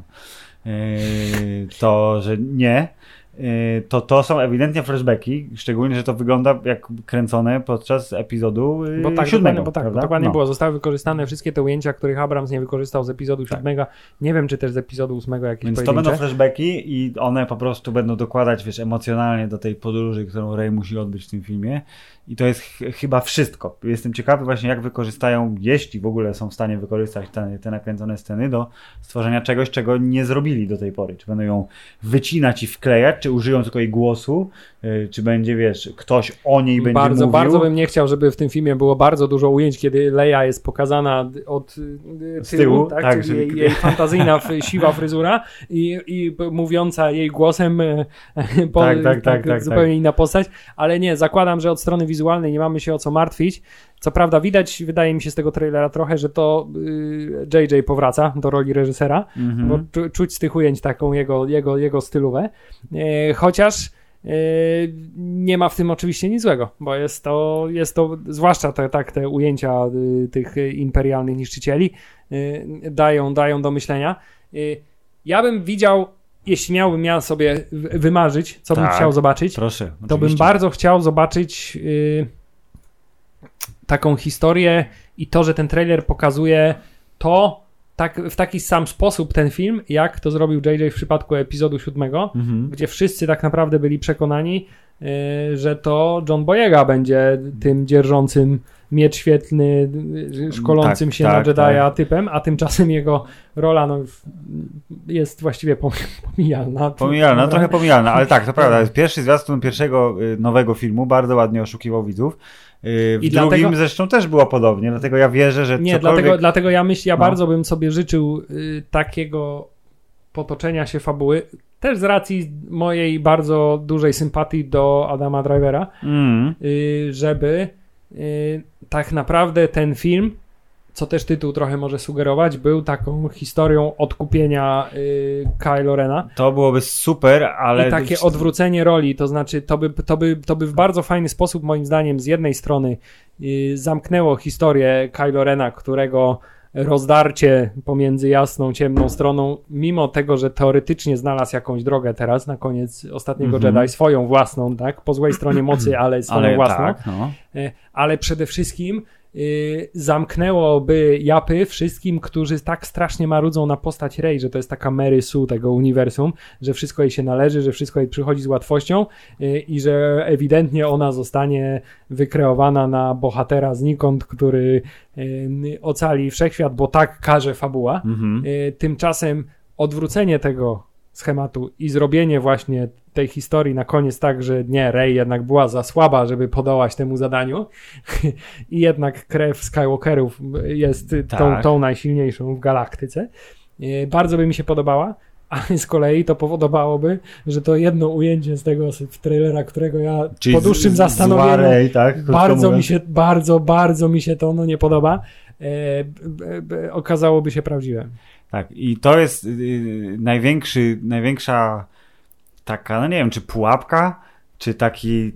To, że nie, to są ewidentnie flashbacki, szczególnie, że to wygląda jak kręcone podczas epizodu 7. Dokładnie było. Zostały wykorzystane wszystkie te ujęcia, których Abrams nie wykorzystał z epizodu 7. Nie wiem, czy też z epizodu 8 jakieś Więc to będą flashbacki i one po prostu będą dokładać, wiesz, emocjonalnie do tej podróży, którą Rey musi odbyć w tym filmie. I to jest chyba wszystko. Jestem ciekawy właśnie, jak wykorzystają, jeśli w ogóle są w stanie wykorzystać te nakręcone sceny do stworzenia czegoś, czego nie zrobili do tej pory. Czy będą ją wycinać i wklejać, czy użyją tylko jej głosu, czy będzie, wiesz, ktoś o niej będzie mówił. Bardzo bym nie chciał, żeby w tym filmie było bardzo dużo ujęć, kiedy Leia jest pokazana od tyłu, tak? Czyli jej fantazyjna, siwa fryzura i mówiąca jej głosem zupełnie inna postać, ale nie, zakładam, że od strony wizualnej nie mamy się o co martwić. Co prawda widać, wydaje mi się z tego trailera trochę, że to JJ powraca do roli reżysera, bo czuć z tych ujęć taką jego stylówę. Chociaż nie ma w tym oczywiście nic złego, bo jest to zwłaszcza te ujęcia tych imperialnych niszczycieli dają do myślenia. Ja bym widział, jeśli miał sobie wymarzyć, co bym chciał zobaczyć, proszę, to bym bardzo chciał zobaczyć taką historię i to, że ten trailer pokazuje to, w taki sam sposób ten film, jak to zrobił JJ w przypadku epizodu 7, gdzie wszyscy tak naprawdę byli przekonani, że to John Boyega będzie tym dzierżącym miecz świetlny, szkolącym się na Jedi'a typem, a tymczasem jego rola jest właściwie pomijalna. Trochę pomijalna, ale tak, to prawda. Pierwszy zwiastun pierwszego nowego filmu bardzo ładnie oszukiwał widzów. W drugim zresztą też było podobnie, dlatego ja wierzę, że dlatego ja bardzo bym sobie życzył takiego potoczenia się fabuły, też z racji mojej bardzo dużej sympatii do Adama Drivera, żeby tak naprawdę ten film, co też tytuł trochę może sugerować, był taką historią odkupienia Kylo Rena. To byłoby super, ale... I takie odwrócenie roli, to znaczy to by w bardzo fajny sposób, moim zdaniem, z jednej strony zamknęło historię Kylo Rena, którego rozdarcie pomiędzy jasną, ciemną stroną, mimo tego, że teoretycznie znalazł jakąś drogę teraz na koniec ostatniego Jedi, swoją własną, tak, po złej stronie mocy, ale swoją własną, tak, ale przede wszystkim zamknęłoby japy wszystkim, którzy tak strasznie marudzą na postać Rey, że to jest taka Mary Sue tego uniwersum, że wszystko jej się należy, że wszystko jej przychodzi z łatwością i że ewidentnie ona zostanie wykreowana na bohatera znikąd, który ocali wszechświat, bo tak każe fabuła. Tymczasem odwrócenie tego schematu i zrobienie właśnie tej historii na koniec tak, że nie, Rey jednak była za słaba, żeby podołać temu zadaniu i jednak krew Skywalkerów jest tą najsilniejszą w galaktyce. Bardzo by mi się podobała, ale z kolei to powodowałoby, że to jedno ujęcie z tego trailera, którego ja po dłuższym zastanowieniu Rey, tak? bardzo mi się to nie podoba, okazałoby się prawdziwe. Tak, i to jest największa taka, no nie wiem, czy pułapka, czy taki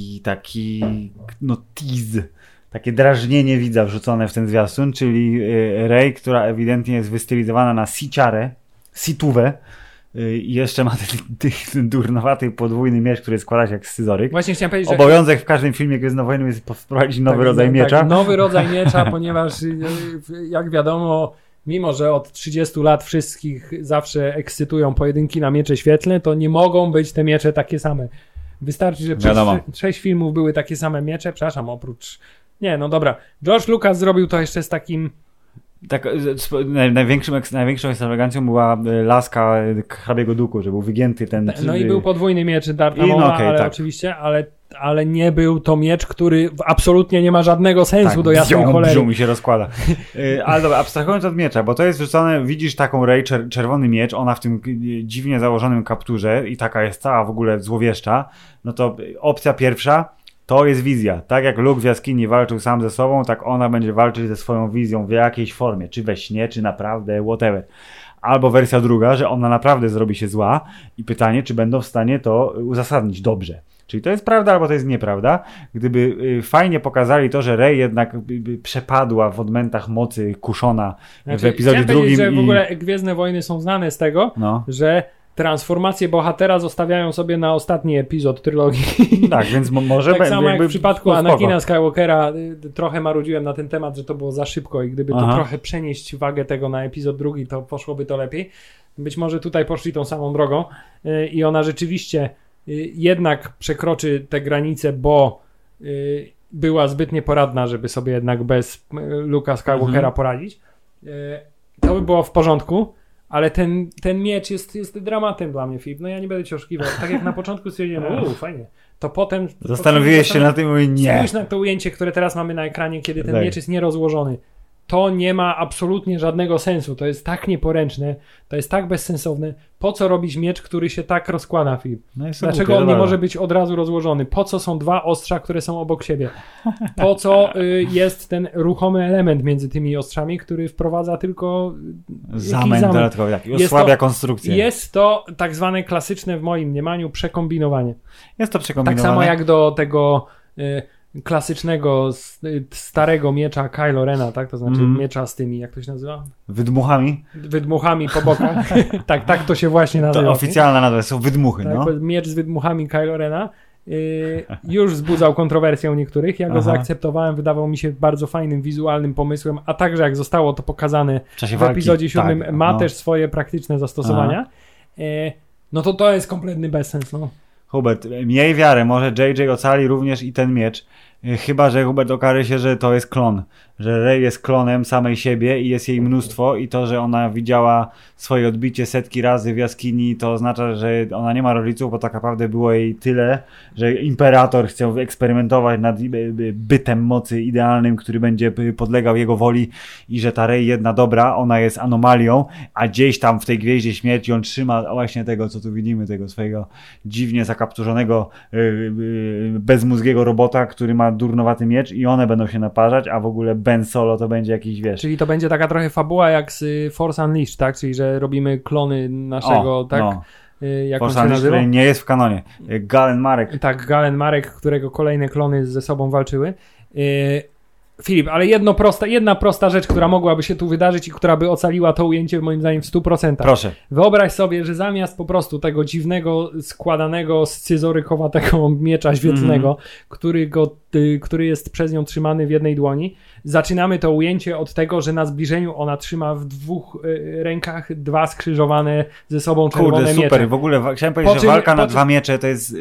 tease, takie drażnienie widza wrzucone w ten zwiastun, czyli Rey, która ewidentnie jest wystylizowana na Siciarę, Situwę, i jeszcze ma ten durnowaty podwójny miecz, który składa się jak scyzoryk. Właśnie chciałem powiedzieć, obowiązek w każdym filmie gwiezdnowojennym jest wprowadzić nowy rodzaj miecza. Tak, nowy rodzaj miecza, ponieważ jak wiadomo, mimo że od 30 lat wszystkich zawsze ekscytują pojedynki na miecze świetlne, to nie mogą być te miecze takie same. Wystarczy, że przez 6 filmów były takie same miecze, oprócz... Nie, no dobra. George Lucas zrobił to jeszcze z takim... Tak, największą ekstrawagancją była laska hrabiego Duku, że był wygięty ten... No i był podwójny miecz Darth Maula, oczywiście, ale nie był to miecz, który absolutnie nie ma żadnego sensu do jasnej cholery. Mi się rozkłada. Ale dobra, abstrahując od miecza, bo to jest wrzucone, widzisz taką Rey, czerwony miecz, ona w tym dziwnie założonym kapturze i taka jest cała w ogóle złowieszcza, no to opcja pierwsza, to jest wizja. Tak jak Luke w jaskini walczył sam ze sobą, tak ona będzie walczyć ze swoją wizją w jakiejś formie, czy we śnie, czy naprawdę, whatever. Albo wersja druga, że ona naprawdę zrobi się zła i pytanie, czy będą w stanie to uzasadnić dobrze. Czyli to jest prawda, albo to jest nieprawda. Gdyby fajnie pokazali to, że Rey jednak przepadła w odmętach mocy kuszona w epizodzie drugim. Że w ogóle Gwiezdne Wojny są znane z tego, że transformacje bohatera zostawiają sobie na ostatni epizod trylogii. Tak, więc może... Tak samo jak w przypadku Anakina Skywalkera trochę marudziłem na ten temat, że to było za szybko i gdyby to trochę przenieść wagę tego na epizod drugi, to poszłoby to lepiej. Być może tutaj poszli tą samą drogą i ona rzeczywiście jednak przekroczy te granice, bo była zbyt nieporadna, żeby sobie jednak bez Luke'a Skywalkera poradzić. To by było w porządku. Ale ten miecz jest dramatem dla mnie, Filip. No ja nie będę cię oszukiwał. Tak jak na początku stwierdziłem, fajnie. To potem... Zastanowiłeś się na tym i nie. Spójrz na to ujęcie, które teraz mamy na ekranie, kiedy ten miecz jest nierozłożony. To nie ma absolutnie żadnego sensu. To jest tak nieporęczne, to jest tak bezsensowne. Po co robić miecz, który się tak rozkłada, Filip? Dlaczego on nie może być od razu rozłożony? Po co są dwa ostrza, które są obok siebie? Po co jest ten ruchomy element między tymi ostrzami, który wprowadza tylko zamęt dodatkowy, osłabia konstrukcję. Jest to tak zwane klasyczne w moim mniemaniu przekombinowanie. Jest to przekombinowanie. Tak samo jak do tego klasycznego, starego miecza Kylo Rena, tak? To znaczy miecza z tymi, jak to się nazywa? Wydmuchami po bokach. tak to się właśnie nazywa. To oficjalna nazwa, są wydmuchy, tak, miecz z wydmuchami Kylo Rena. już wzbudzał kontrowersję u niektórych. Ja go zaakceptowałem, wydawał mi się bardzo fajnym, wizualnym pomysłem, a także jak zostało to pokazane w epizodzie 7, ma też swoje praktyczne zastosowania. No to jest kompletny bezsens, no. Hubert, miej wiarę, może JJ ocali również i ten miecz. Chyba że Hubert okaże się, że to jest klon. Że Rey jest klonem samej siebie i jest jej mnóstwo i to, że ona widziała swoje odbicie setki razy w jaskini, to oznacza, że ona nie ma rodziców, bo tak naprawdę było jej tyle, że imperator chciał eksperymentować nad bytem mocy idealnym, który będzie podlegał jego woli i że ta Rey jedna dobra, ona jest anomalią, a gdzieś tam w tej Gwieździe Śmierci on trzyma właśnie tego, co tu widzimy, tego swojego dziwnie zakapturzonego bezmózgiego robota, który ma durnowaty miecz i one będą się naparzać, a w ogóle Ben Solo to będzie jakiś, wiesz... Czyli to będzie taka trochę fabuła jak z Force Unleashed, tak? Czyli, że robimy klony naszego, tak? No. Jak Force Unleashed, który nie jest w kanonie. Galen Marek. Tak, Galen Marek, którego kolejne klony ze sobą walczyły. Filip, ale jedna prosta rzecz, która mogłaby się tu wydarzyć i która by ocaliła to ujęcie moim zdaniem w 100%. Proszę. Wyobraź sobie, że zamiast po prostu tego dziwnego, składanego, scyzorykowatego miecza świetlnego, który jest przez nią trzymany w jednej dłoni, zaczynamy to ujęcie od tego, że na zbliżeniu ona trzyma w 2 rękach 2 skrzyżowane ze sobą czerwone miecze. Super. W ogóle chciałem powiedzieć, że walka na 2 miecze to jest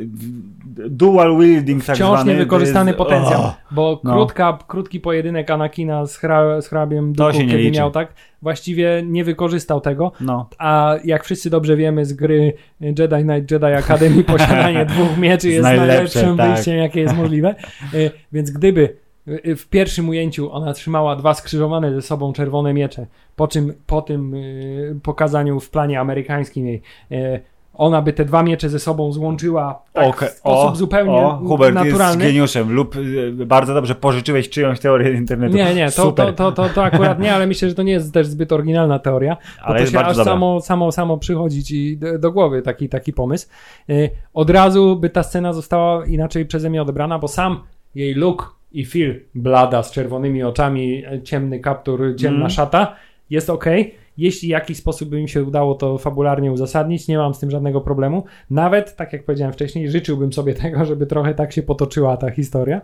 dual wielding tak zwany. Wciąż niewykorzystany potencjał, bo krótki pojedynek Anakina z hrabiem Dooku, kiedy liczy. Miał tak, właściwie nie wykorzystał tego, a jak wszyscy dobrze wiemy z gry Jedi Knight Jedi Academy, posiadanie 2 mieczy jest najlepszym wyjściem, jakie jest możliwe, więc gdyby w pierwszym ujęciu ona trzymała 2 skrzyżowane ze sobą czerwone miecze, po tym pokazaniu w planie amerykańskim jej ona by te 2 miecze ze sobą złączyła w sposób zupełnie Hubert naturalny. Jest geniuszem lub bardzo dobrze pożyczyłeś czyjąś teorię internetu. Nie, to akurat nie, ale myślę, że to nie jest też zbyt oryginalna teoria, bo to się aż samo przychodzi ci do głowy taki pomysł. Od razu by ta scena została inaczej przeze mnie odebrana, bo sam jej look i feel blada z czerwonymi oczami, ciemny kaptur, ciemna szata jest okej. Jeśli w jakiś sposób by mi się udało to fabularnie uzasadnić, nie mam z tym żadnego problemu. Nawet, tak jak powiedziałem wcześniej, życzyłbym sobie tego, żeby trochę tak się potoczyła ta historia.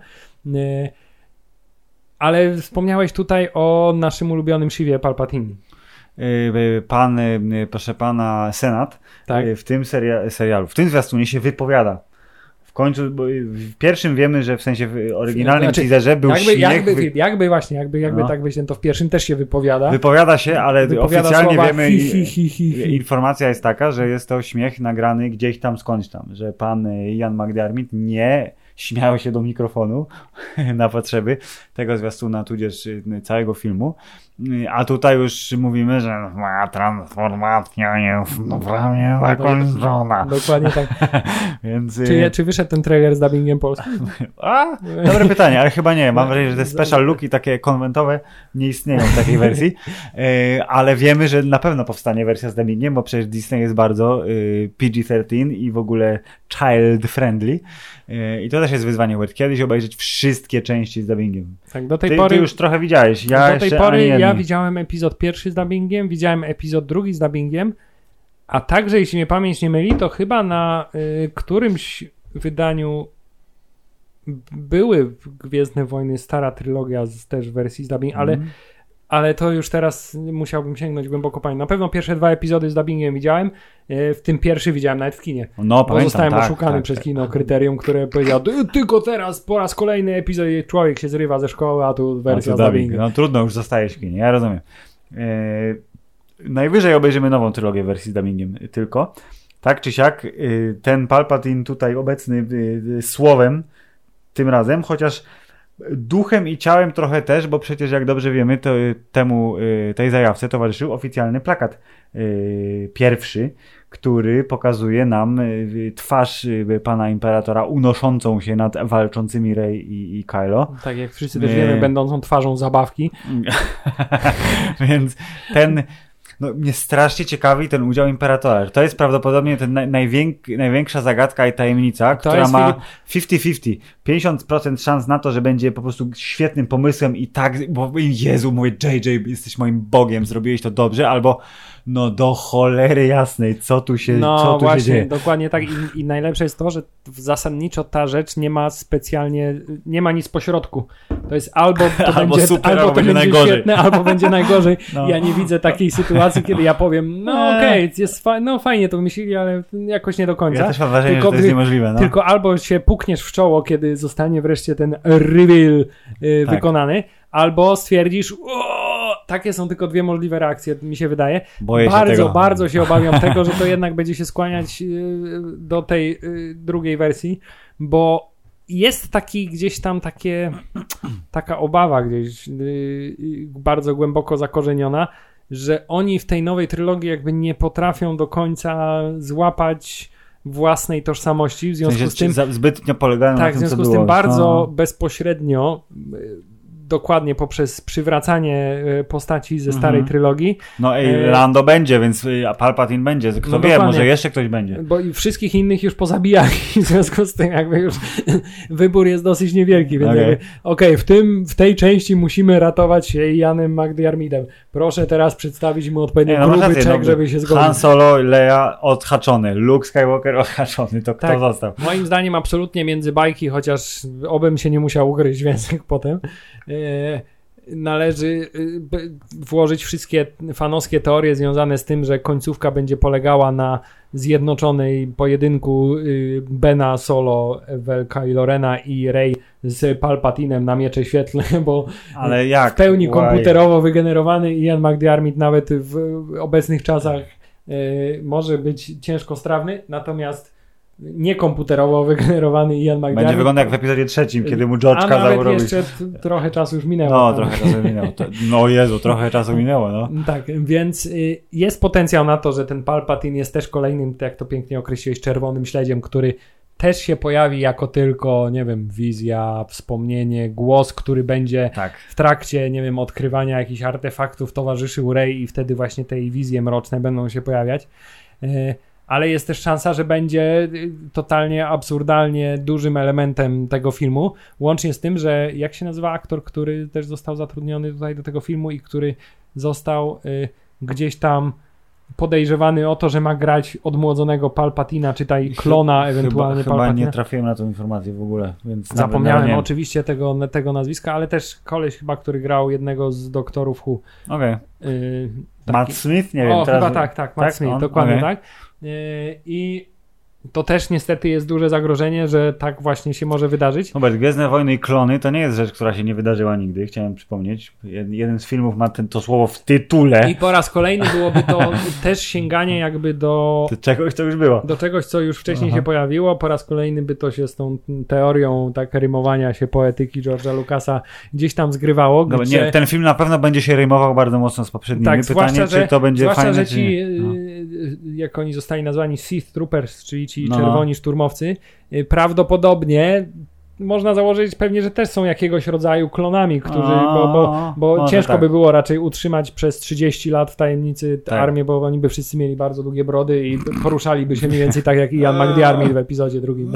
Ale wspomniałeś tutaj o naszym ulubionym Shivie Palpatine. Proszę pana, Senat tak? W tym serialu, w tym zwiastunie się wypowiada. W końcu, bo w pierwszym wiemy, że w sensie w oryginalnym teaserze był śmiech... Jakby tak być, to w pierwszym też się wypowiada. Wypowiada się, ale oficjalnie słowa wiemy, informacja jest taka, że jest to śmiech nagrany gdzieś tam skądś tam, że pan Ian McDiarmid nie śmiał się do mikrofonu na potrzeby tego zwiastuna, tudzież całego filmu. A tutaj już mówimy, że moja transformacja jest naprawdę zakończona. Dokładnie tak. Więc, czy wyszedł ten trailer z dubbingiem polskim? Dobre pytanie, ale chyba nie. Mam wrażenie, że te special looki takie konwentowe nie istnieją w takiej wersji. Ale wiemy, że na pewno powstanie wersja z dubbingiem, bo przecież Disney jest bardzo PG-13 i w ogóle child friendly. I to też jest wyzwanie. Kiedyś obejrzeć wszystkie części z dubbingiem. Tak, do tej pory... Ty już trochę widziałeś. Do tej pory ja widziałem epizod 1 z dubbingiem, widziałem epizod 2 z dubbingiem, a także, jeśli mnie pamięć nie myli, to chyba na którymś wydaniu były Gwiezdne Wojny, stara trylogia też w wersji z dubbingiem, ale to już teraz musiałbym sięgnąć głęboko pamięć. Na pewno pierwsze 2 epizody z dubbingiem widziałem, w tym pierwszy widziałem nawet w kinie. Bo zostałem oszukany przez kino Kryterium, które powiedział, tylko teraz po raz kolejny epizod człowiek się zrywa ze szkoły, a tu wersja z dubbingiem. No trudno, już zostajesz w kinie, ja rozumiem. Najwyżej obejrzymy nową trylogię w wersji z dubbingiem tylko. Tak czy siak, ten Palpatine tutaj obecny słowem tym razem, chociaż duchem i ciałem trochę też, bo przecież jak dobrze wiemy, to tej zajawce towarzyszył oficjalny plakat pierwszy, który pokazuje nam twarz pana Imperatora unoszącą się nad walczącymi Rey i Kylo. Tak jak wszyscy też wiemy, będącą twarzą zabawki. Więc mnie strasznie ciekawi ten udział Imperatora. To jest prawdopodobnie największa zagadka i tajemnica, która ma 50-50 50% szans na to, że będzie po prostu świetnym pomysłem i tak, bo Jezu, mówię, JJ, jesteś moim Bogiem, zrobiłeś to dobrze, albo no do cholery jasnej, co tu się dzieje. Dokładnie tak i najlepsze jest to, że zasadniczo ta rzecz nie ma nic pośrodku. To jest albo to albo będzie super, albo to będzie najgorzej. Świetne, albo będzie najgorzej. No. Ja nie widzę takiej sytuacji, kiedy ja powiem, no okej, jest fajnie to wymyślili, ale jakoś nie do końca. Ja też mam wrażenie, że to jest niemożliwe. No. Tylko albo się pukniesz w czoło, kiedy zostanie wreszcie ten reveal wykonany, albo stwierdzisz, takie są tylko dwie możliwe reakcje, mi się wydaje. Bardzo się obawiam tego, że to jednak będzie się skłaniać do tej drugiej wersji, bo jest gdzieś tam taka obawa gdzieś bardzo głęboko zakorzeniona, że oni w tej nowej trylogii jakby nie potrafią do końca złapać własnej tożsamości, w związku z tym zbytnio polegają na tym, w związku z tym bardzo bezpośrednio, dokładnie poprzez przywracanie postaci ze starej trylogii. No Lando będzie, więc Palpatine będzie. Kto wie, może jeszcze ktoś będzie. Bo i wszystkich innych już pozabijali, w związku z tym jakby już wybór jest dosyć niewielki, więc w tej części musimy ratować się Ianem McDiarmidem. Proszę teraz przedstawić mu odpowiednio gruby czek, żeby się zgodził. Han Solo, Leia odhaczony, Luke Skywalker odhaczony, to kto został? Moim zdaniem absolutnie między bajki, chociaż obym się nie musiał ugryźć w język potem, należy włożyć wszystkie fanowskie teorie związane z tym, że końcówka będzie polegała na zjednoczonej pojedynku Bena Solo, Kylo Rena i Rey z Palpatinem na miecze świetlne, bo w pełni komputerowo wygenerowany Ian McDiarmid nawet w obecnych czasach może być ciężko strawny, natomiast niekomputerowo wygenerowany Ian McDiarmid. Będzie wyglądał jak w epizodzie 3, kiedy mu George kazał robić. jeszcze trochę czasu już minęło. No, trochę czasu minęło. No Jezu, trochę czasu minęło, no. Tak, więc jest potencjał na to, że ten Palpatine jest też kolejnym, jak to pięknie określiłeś, czerwonym śledziem, który też się pojawi jako tylko, nie wiem, wizja, wspomnienie, głos, który będzie w trakcie, nie wiem, odkrywania jakichś artefaktów towarzyszył Rey i wtedy właśnie te wizje mroczne będą się pojawiać. Ale jest też szansa, że będzie totalnie absurdalnie dużym elementem tego filmu, łącznie z tym, że jak się nazywa aktor, który też został zatrudniony tutaj do tego filmu i który został gdzieś tam podejrzewany o to, że ma grać odmłodzonego Palpatina, czytaj klona ewentualnie Palpatina. Chyba nie trafiłem na tę informację w ogóle, więc zapomniałem oczywiście tego nazwiska, ale też koleś chyba, który grał jednego z doktorów Who. Okej. Matt Smith? Nie wiem. Chyba tak, Matt Smith, dokładnie tak. I to też niestety jest duże zagrożenie, że tak właśnie się może wydarzyć. Zobacz, Gwiezdne Wojny i Klony to nie jest rzecz, która się nie wydarzyła nigdy, chciałem przypomnieć. Jeden z filmów ma to słowo w tytule. I po raz kolejny byłoby to też sięganie jakby do czegoś, co już było. Do czegoś, co już wcześniej się pojawiło. Po raz kolejny by to się z tą teorią rymowania się poetyki George'a Lucasa gdzieś tam zgrywało. No, nie, ten film na pewno będzie się rymował bardzo mocno z poprzednimi. Pytanie, czy to będzie fajne, że czy nie. Jak oni zostali nazwani Sith Troopers, czyli ci czerwoni szturmowcy, prawdopodobnie można założyć pewnie, że też są jakiegoś rodzaju klonami, którzy, bo ciężko by było raczej utrzymać przez 30 lat w tajemnicy armię, bo oni by wszyscy mieli bardzo długie brody i poruszaliby się mniej więcej tak jak Ian McDiarmid w epizodzie drugim.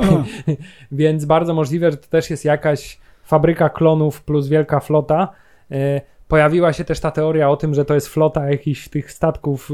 Więc bardzo możliwe, że to też jest jakaś fabryka klonów plus wielka flota. Pojawiła się też ta teoria o tym, że to jest flota jakichś tych statków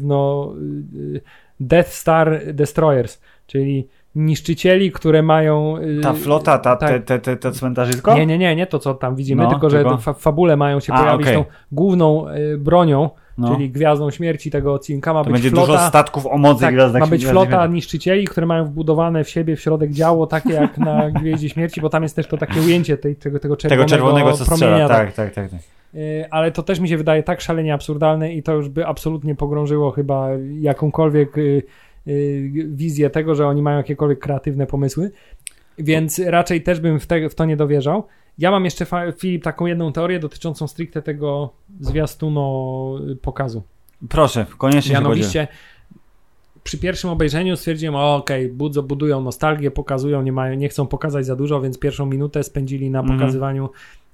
Death Star Destroyers, czyli niszczycieli, które mają... Ta flota, to cmentarzysko? Nie, to co tam widzimy, tylko że w fabule mają się pojawić tą główną bronią, czyli Gwiazdą Śmierci tego odcinka. Ma to być będzie flota, dużo statków o mocy Gwiazdy ma być flota niszczycieli, które mają wbudowane w siebie w środek działo, takie jak na Gwieździe Śmierci, bo tam jest też to takie ujęcie tego czerwonego co promienia. Strzela. Tak. Ale to też mi się wydaje tak szalenie absurdalne i to już by absolutnie pogrążyło chyba jakąkolwiek wizję tego, że oni mają jakiekolwiek kreatywne pomysły, więc raczej też bym w to nie dowierzał. Ja mam jeszcze, Filip, taką jedną teorię dotyczącą stricte tego zwiastunu pokazu. Proszę, koniecznie. Mianowicie przy pierwszym obejrzeniu stwierdziłem, budują nostalgię, pokazują, nie chcą pokazać za dużo, więc pierwszą minutę spędzili na pokazywaniu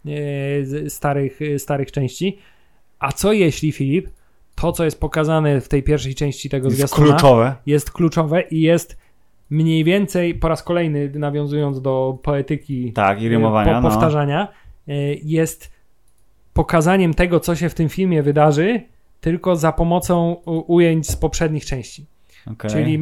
starych części. A co jeśli, Filip, to, co jest pokazane w tej pierwszej części tego zwiastuna, jest kluczowe i jest mniej więcej po raz kolejny, nawiązując do poetyki tak, i rymowania, powtarzania, jest pokazaniem tego, co się w tym filmie wydarzy, tylko za pomocą ujęć z poprzednich części. Okay. Czyli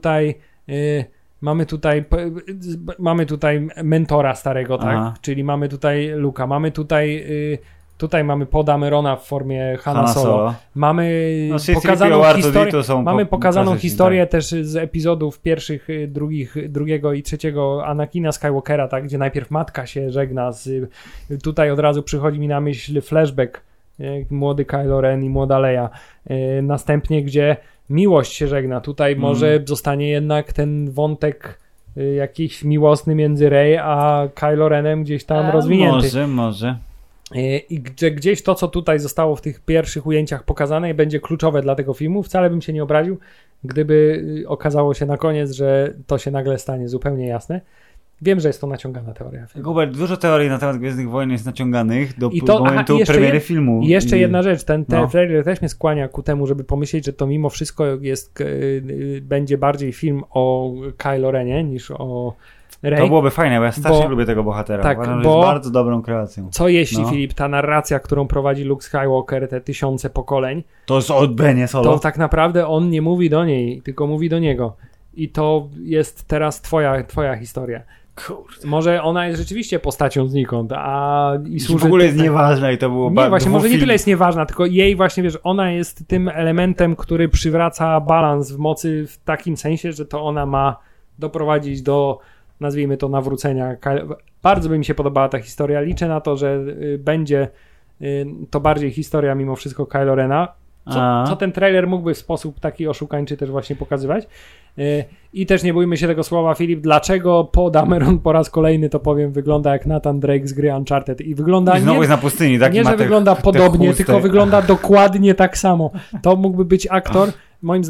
mamy tutaj mentora starego, tak? Czyli mamy tutaj Luka, mamy tutaj mamy Podamerona w formie Hanna Solo. Mamy pokazaną historię tak. też z epizodów pierwszych, drugiego i trzeciego Anakina Skywalkera, tak? Gdzie najpierw matka się żegna tutaj od razu przychodzi mi na myśl flashback, młody Kylo Ren i młoda Leia. Następnie, gdzie miłość się żegna. Tutaj może zostanie jednak ten wątek jakiś miłosny między Rey a Kylo Renem gdzieś tam rozwinięty. Może. I gdzieś to, co tutaj zostało w tych pierwszych ujęciach pokazane, będzie kluczowe dla tego filmu. Wcale bym się nie obraził, gdyby okazało się na koniec, że to się nagle stanie zupełnie jasne. Wiem, że jest to naciągana teoria. Hubert, dużo teorii na temat Gwiezdnych Wojen jest naciąganych do momentu premiery filmu. I jeszcze jedna rzecz, ten trailer też mnie skłania ku temu, żeby pomyśleć, że to mimo wszystko będzie bardziej film o Kylo Renie niż o Rey. To byłoby fajne, bo ja strasznie lubię tego bohatera. Tak, uważam, że jest bardzo dobrą kreacją. Co jeśli, Filip, ta narracja, którą prowadzi Luke Skywalker, te tysiące pokoleń, to jest od Benie Solo. To tak naprawdę on nie mówi do niej, tylko mówi do niego. I to jest teraz twoja historia. Kurde. Może ona jest rzeczywiście postacią znikąd, i służy... W ogóle jest nieważna i to było bardzo... Nie, właśnie, może nie tyle jest nieważna, tylko jej właśnie, wiesz, ona jest tym elementem, który przywraca balans w mocy w takim sensie, że to ona ma doprowadzić do, nazwijmy to, nawrócenia. Bardzo by mi się podobała ta historia. Liczę na to, że będzie to bardziej historia mimo wszystko Kylo Rena, co ten trailer mógłby w sposób taki oszukańczy też właśnie pokazywać. I też nie bójmy się tego słowa, Filip, dlaczego Podameron po raz kolejny, to powiem, wygląda jak Nathan Drake z gry Uncharted i wygląda i znowu jest na pustyni, tak? Nie, że wygląda podobnie, tylko wygląda dokładnie tak samo. To mógłby być aktor. Moim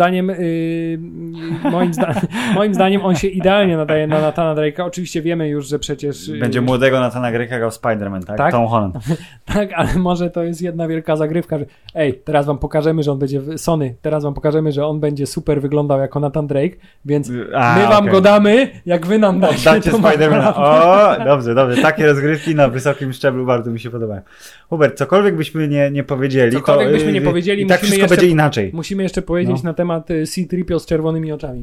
zdaniem on się idealnie nadaje na Nathana Drake'a. Oczywiście wiemy już, że przecież... Będzie młodego Nathana Drake'a grał Spider-Man, tak? Tak? Tom Holland. Tak, ale może to jest jedna wielka zagrywka, że teraz wam pokażemy, że on będzie teraz wam pokażemy, że on będzie super wyglądał jako Nathan Drake, więc my wam go damy, jak wy nam dacie Spider-Mana. O, dobrze. Takie rozgrywki na wysokim szczeblu bardzo mi się podobają. Hubert, cokolwiek byśmy nie powiedzieli, i tak wszystko będzie inaczej. Musimy jeszcze powiedzieć na temat C-3PO z czerwonymi oczami.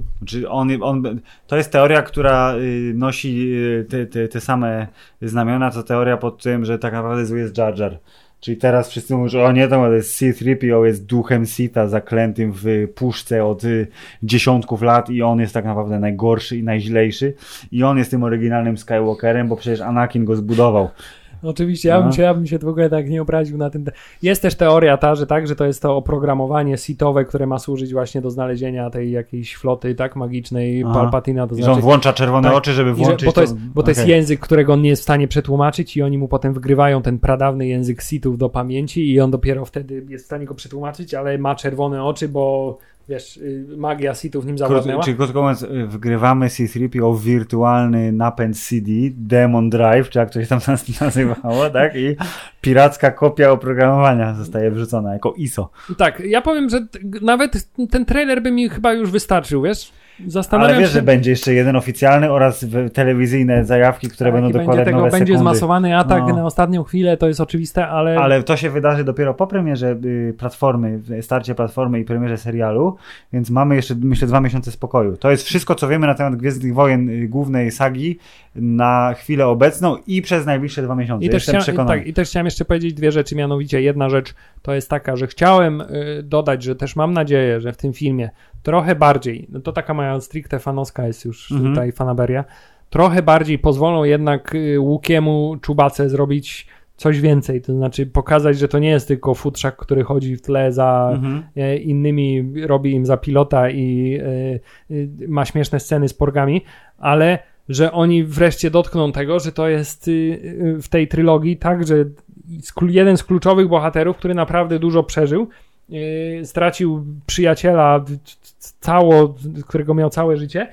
To jest teoria, która nosi te same znamiona, co teoria pod tym, że tak naprawdę zły jest Jar Jar. Czyli teraz wszyscy mówią, że to jest C-3PO, jest duchem Sitha zaklętym w puszce od dziesiątków lat i on jest tak naprawdę najgorszy i najźlejszy. I on jest tym oryginalnym Skywalkerem, bo przecież Anakin go zbudował. Oczywiście, ja bym się w ogóle tak nie obraził na tym. Jest też teoria że to jest to oprogramowanie sithowe, które ma służyć właśnie do znalezienia tej jakiejś floty, tak, magicznej Palpatina. Że on włącza czerwone oczy, żeby włączyć... To jest język, którego on nie jest w stanie przetłumaczyć i oni mu potem wgrywają ten pradawny język Sithów do pamięci i on dopiero wtedy jest w stanie go przetłumaczyć, ale ma czerwone oczy, bo wiesz, magia Sithów nim zawładnęła. Czyli krótko mówiąc, wgrywamy C-3PO w wirtualny napęd CD, Demon Drive, czy jak to się tam nazywało, tak? I piracka kopia oprogramowania zostaje wrzucona jako ISO. Tak, ja powiem, że nawet ten trailer by mi chyba już wystarczył, wiesz? Ale wiesz, że będzie jeszcze jeden oficjalny oraz telewizyjne zajawki, które będą dokładać nowe sekundy. Będzie zmasowany atak na ostatnią chwilę, to jest oczywiste, ale... Ale to się wydarzy dopiero po premierze starcie platformy i premierze serialu, więc mamy jeszcze, myślę, 2 miesiące spokoju. To jest wszystko, co wiemy na temat Gwiezdnych Wojen, głównej sagi na chwilę obecną i przez najbliższe 2 miesiące. I też chciałem jeszcze powiedzieć 2 rzeczy, mianowicie jedna rzecz to jest taka, że chciałem dodać, że też mam nadzieję, że w tym filmie trochę bardziej, to taka moja stricte fanowska jest już tutaj fanaberia, trochę bardziej pozwolą jednak Łukiemu Czubacę zrobić coś więcej, to znaczy pokazać, że to nie jest tylko futrzak, który chodzi w tle za innymi, robi im za pilota i ma śmieszne sceny z porgami, ale że oni wreszcie dotkną tego, że to jest w tej trylogii tak, że jeden z kluczowych bohaterów, który naprawdę dużo przeżył, stracił przyjaciela, którego miał całe życie,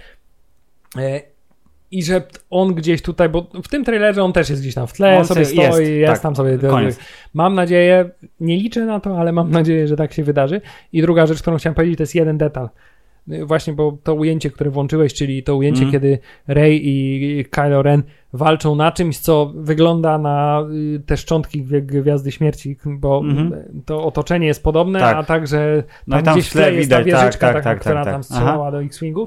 i że on gdzieś tutaj, bo w tym trailerze on też jest gdzieś tam w tle, on sobie stoi, jest tam sobie. Mam nadzieję, nie liczę na to, ale mam nadzieję, że tak się wydarzy. I druga rzecz, którą chciałem powiedzieć, to jest jeden detal. właśnie, bo to ujęcie, które włączyłeś, czyli to ujęcie, kiedy Rey i Kylo Ren walczą na czymś, co wygląda na te szczątki Gwiazdy Śmierci, bo to otoczenie jest podobne, tak. A także no tam gdzieś w tle jest ta wieżyczka, która tam strzelała do X-Wingów,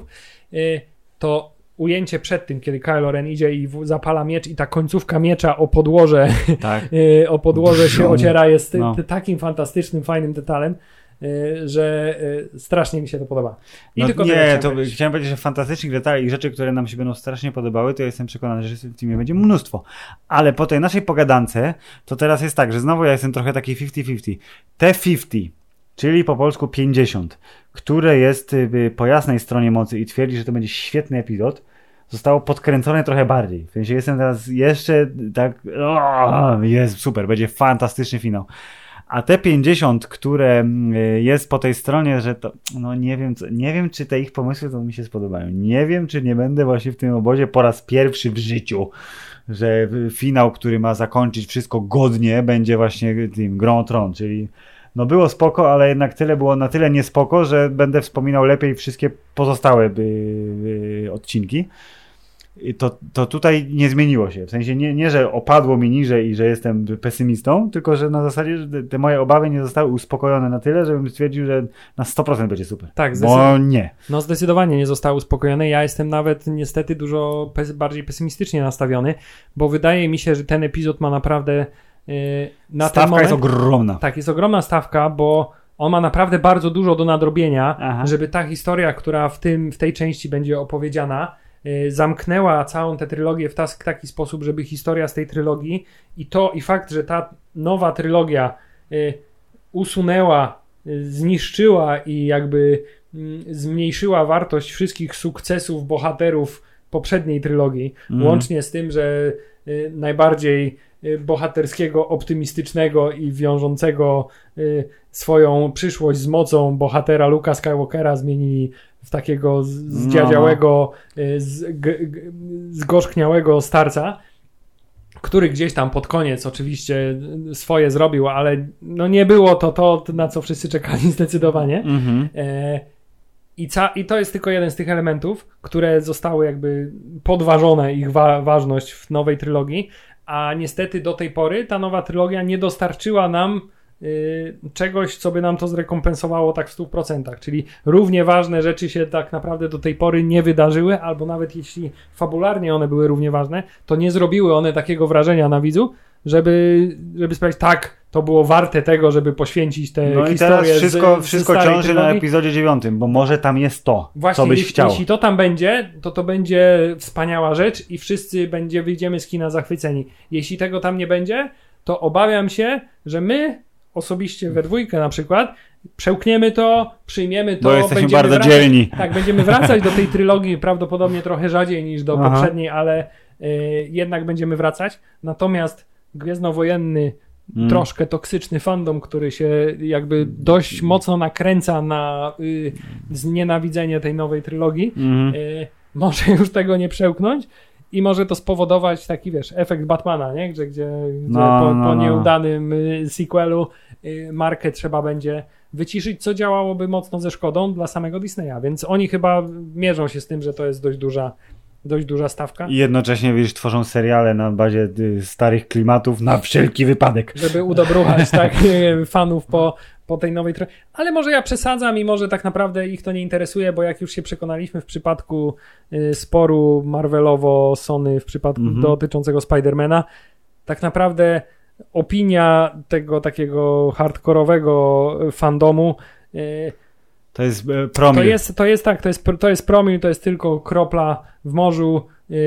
to ujęcie przed tym, kiedy Kylo Ren idzie i zapala miecz i ta końcówka miecza o podłoże, o podłoże się ociera, jest takim fantastycznym, fajnym detalem, że strasznie mi się to podoba. I tylko chciałem powiedzieć, że fantastycznych detali i rzeczy, które nam się będą strasznie podobały, to jestem przekonany, że w teamie będzie mnóstwo. Ale po tej naszej pogadance, to teraz jest tak, że znowu ja jestem trochę taki 50-50. Te 50, czyli po polsku 50, które jest po jasnej stronie mocy i twierdzi, że to będzie świetny epizod, zostało podkręcone trochę bardziej. W sensie jestem teraz jeszcze tak, jest super, będzie fantastyczny finał. A te 50, które jest po tej stronie, że to, no nie wiem, czy te ich pomysły to mi się spodobają. Nie wiem, czy nie będę właśnie w tym obozie po raz pierwszy w życiu, że finał, który ma zakończyć wszystko godnie, będzie właśnie tym grą o tron, czyli no było spoko, ale jednak tyle było na tyle niespoko, że będę wspominał lepiej wszystkie pozostałe odcinki. To tutaj nie zmieniło się. W sensie nie, że opadło mi niżej i że jestem pesymistą, tylko że na zasadzie, że te moje obawy nie zostały uspokojone na tyle, żebym stwierdził, że na 100% będzie super. Tak, bo nie. No zdecydowanie nie zostały uspokojone. Ja jestem nawet niestety dużo bardziej pesymistycznie nastawiony, bo wydaje mi się, że ten epizod ma naprawdę na stawka ten moment, jest ogromna. Tak, jest ogromna stawka, bo on ma naprawdę bardzo dużo do nadrobienia, żeby ta historia, która w tej części będzie opowiedziana, zamknęła całą tę trylogię w taki sposób, żeby historia z tej trylogii i fakt, że ta nowa trylogia usunęła, zniszczyła i jakby zmniejszyła wartość wszystkich sukcesów bohaterów poprzedniej trylogii, łącznie z tym, że najbardziej bohaterskiego, optymistycznego i wiążącego swoją przyszłość z mocą bohatera Luke'a Skywalkera zmienili w takiego zdziadziałego, zgorzkniałego starca, który gdzieś tam pod koniec oczywiście swoje zrobił, ale no nie było to na co wszyscy czekali zdecydowanie. I to jest tylko jeden z tych elementów, które zostały jakby podważone, ich ważność w nowej trylogii, a niestety do tej pory ta nowa trylogia nie dostarczyła nam czegoś, co by nam to zrekompensowało tak w 100%, czyli równie ważne rzeczy się tak naprawdę do tej pory nie wydarzyły, albo nawet jeśli fabularnie one były równie ważne, to nie zrobiły one takiego wrażenia na widzu, żeby sprawić, tak, to było warte tego, żeby poświęcić tę historię. No i teraz wszystko ciąży na epizodzie 9, bo może tam jest to, właśnie, co byś chciał. Jeśli to tam będzie, to będzie wspaniała rzecz i wszyscy wyjdziemy z kina zachwyceni. Jeśli tego tam nie będzie, to obawiam się, że my osobiście we dwójkę na przykład przełkniemy to, przyjmiemy to. Bo jesteśmy bardzo dzielni. Tak, będziemy wracać do tej trylogii prawdopodobnie trochę rzadziej niż do poprzedniej, ale jednak będziemy wracać. Natomiast gwiezdnowojenny, troszkę toksyczny fandom, który się jakby dość mocno nakręca na znienawidzenie tej nowej trylogii, może już tego nie przełknąć. I może to spowodować taki, efekt Batmana, nie? Gdzie po nieudanym sequelu markę trzeba będzie wyciszyć, co działałoby mocno ze szkodą dla samego Disneya, więc oni chyba mierzą się z tym, że to jest dość duża stawka. I jednocześnie, tworzą seriale na bazie starych klimatów na wszelki wypadek. Żeby udobruchać fanów po tej nowej ale może ja przesadzam i może tak naprawdę ich to nie interesuje, bo jak już się przekonaliśmy w przypadku sporu Marvelowo-Sony w przypadku dotyczącego Spidermana, tak naprawdę opinia tego takiego hardkorowego fandomu to jest promil. To jest promil, to jest tylko kropla w morzu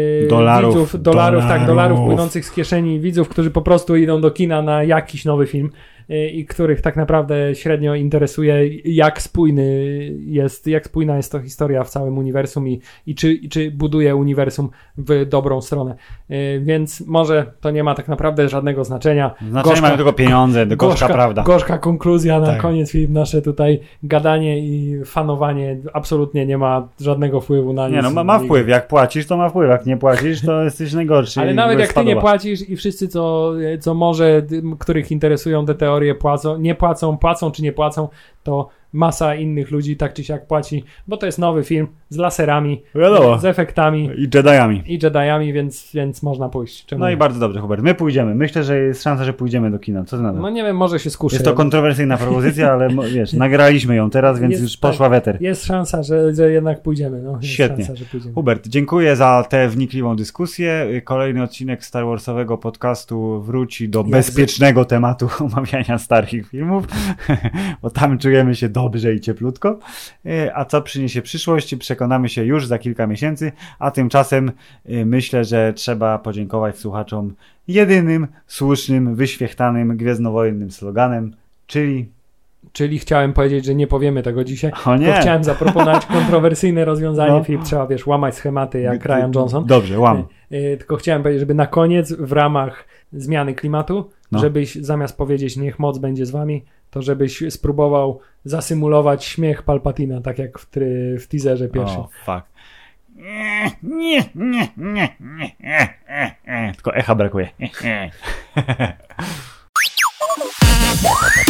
dolarów płynących z kieszeni widzów, którzy po prostu idą do kina na jakiś nowy film i których tak naprawdę średnio interesuje, jak spójna jest to historia w całym uniwersum i czy buduje uniwersum w dobrą stronę. Więc może to nie ma tak naprawdę żadnego znaczenia. Znaczenie mają tylko pieniądze, gorzka prawda. Gorzka konkluzja na koniec, Filip, nasze tutaj gadanie i fanowanie absolutnie nie ma żadnego wpływu na nic. Nie, no ma wpływ. Jak płacisz, to ma wpływ. Jak nie płacisz, to jesteś najgorszy. Ale nawet jak ty nie płacisz i wszyscy, co może, których interesują te teorie, płacą czy nie płacą, to masa innych ludzi tak czy siak płaci, bo to jest nowy film z laserami, Wiadomo. z efektami I Jediami. i Jediami, więc można pójść. Czemu No nie? i bardzo dobrze, Hubert. My pójdziemy. Myślę, że jest szansa, że pójdziemy do kina. Co ty na to? No nie wiem, może się skuszę. Jest to kontrowersyjna propozycja, ale wiesz, nagraliśmy ją teraz, więc Jest, już poszła w eter. Jest szansa, że jednak pójdziemy. No, jest Świetnie. Szansa, że pójdziemy. Hubert, dziękuję za tę wnikliwą dyskusję. Kolejny odcinek Star Warsowego podcastu wróci do bezpiecznego tematu omawiania starych filmów, bo tam czujemy się dobrze i cieplutko. A co przyniesie przyszłość, przekonamy się już za kilka miesięcy, a tymczasem myślę, że trzeba podziękować słuchaczom jedynym, słusznym, wyświechtanym, gwiezdnowojennym sloganem, Czyli chciałem powiedzieć, że nie powiemy tego dzisiaj. O nie. Tylko chciałem zaproponować kontrowersyjne rozwiązanie. No. Filip, trzeba, łamać schematy jak Rian Johnson. Dobrze, łam. Tylko chciałem powiedzieć, żeby na koniec w ramach zmiany klimatu, No. żebyś zamiast powiedzieć niech moc będzie z wami, to żebyś spróbował zasymulować śmiech Palpatina, tak jak w teaserze pierwszym. O, fuck. Tylko echa brakuje.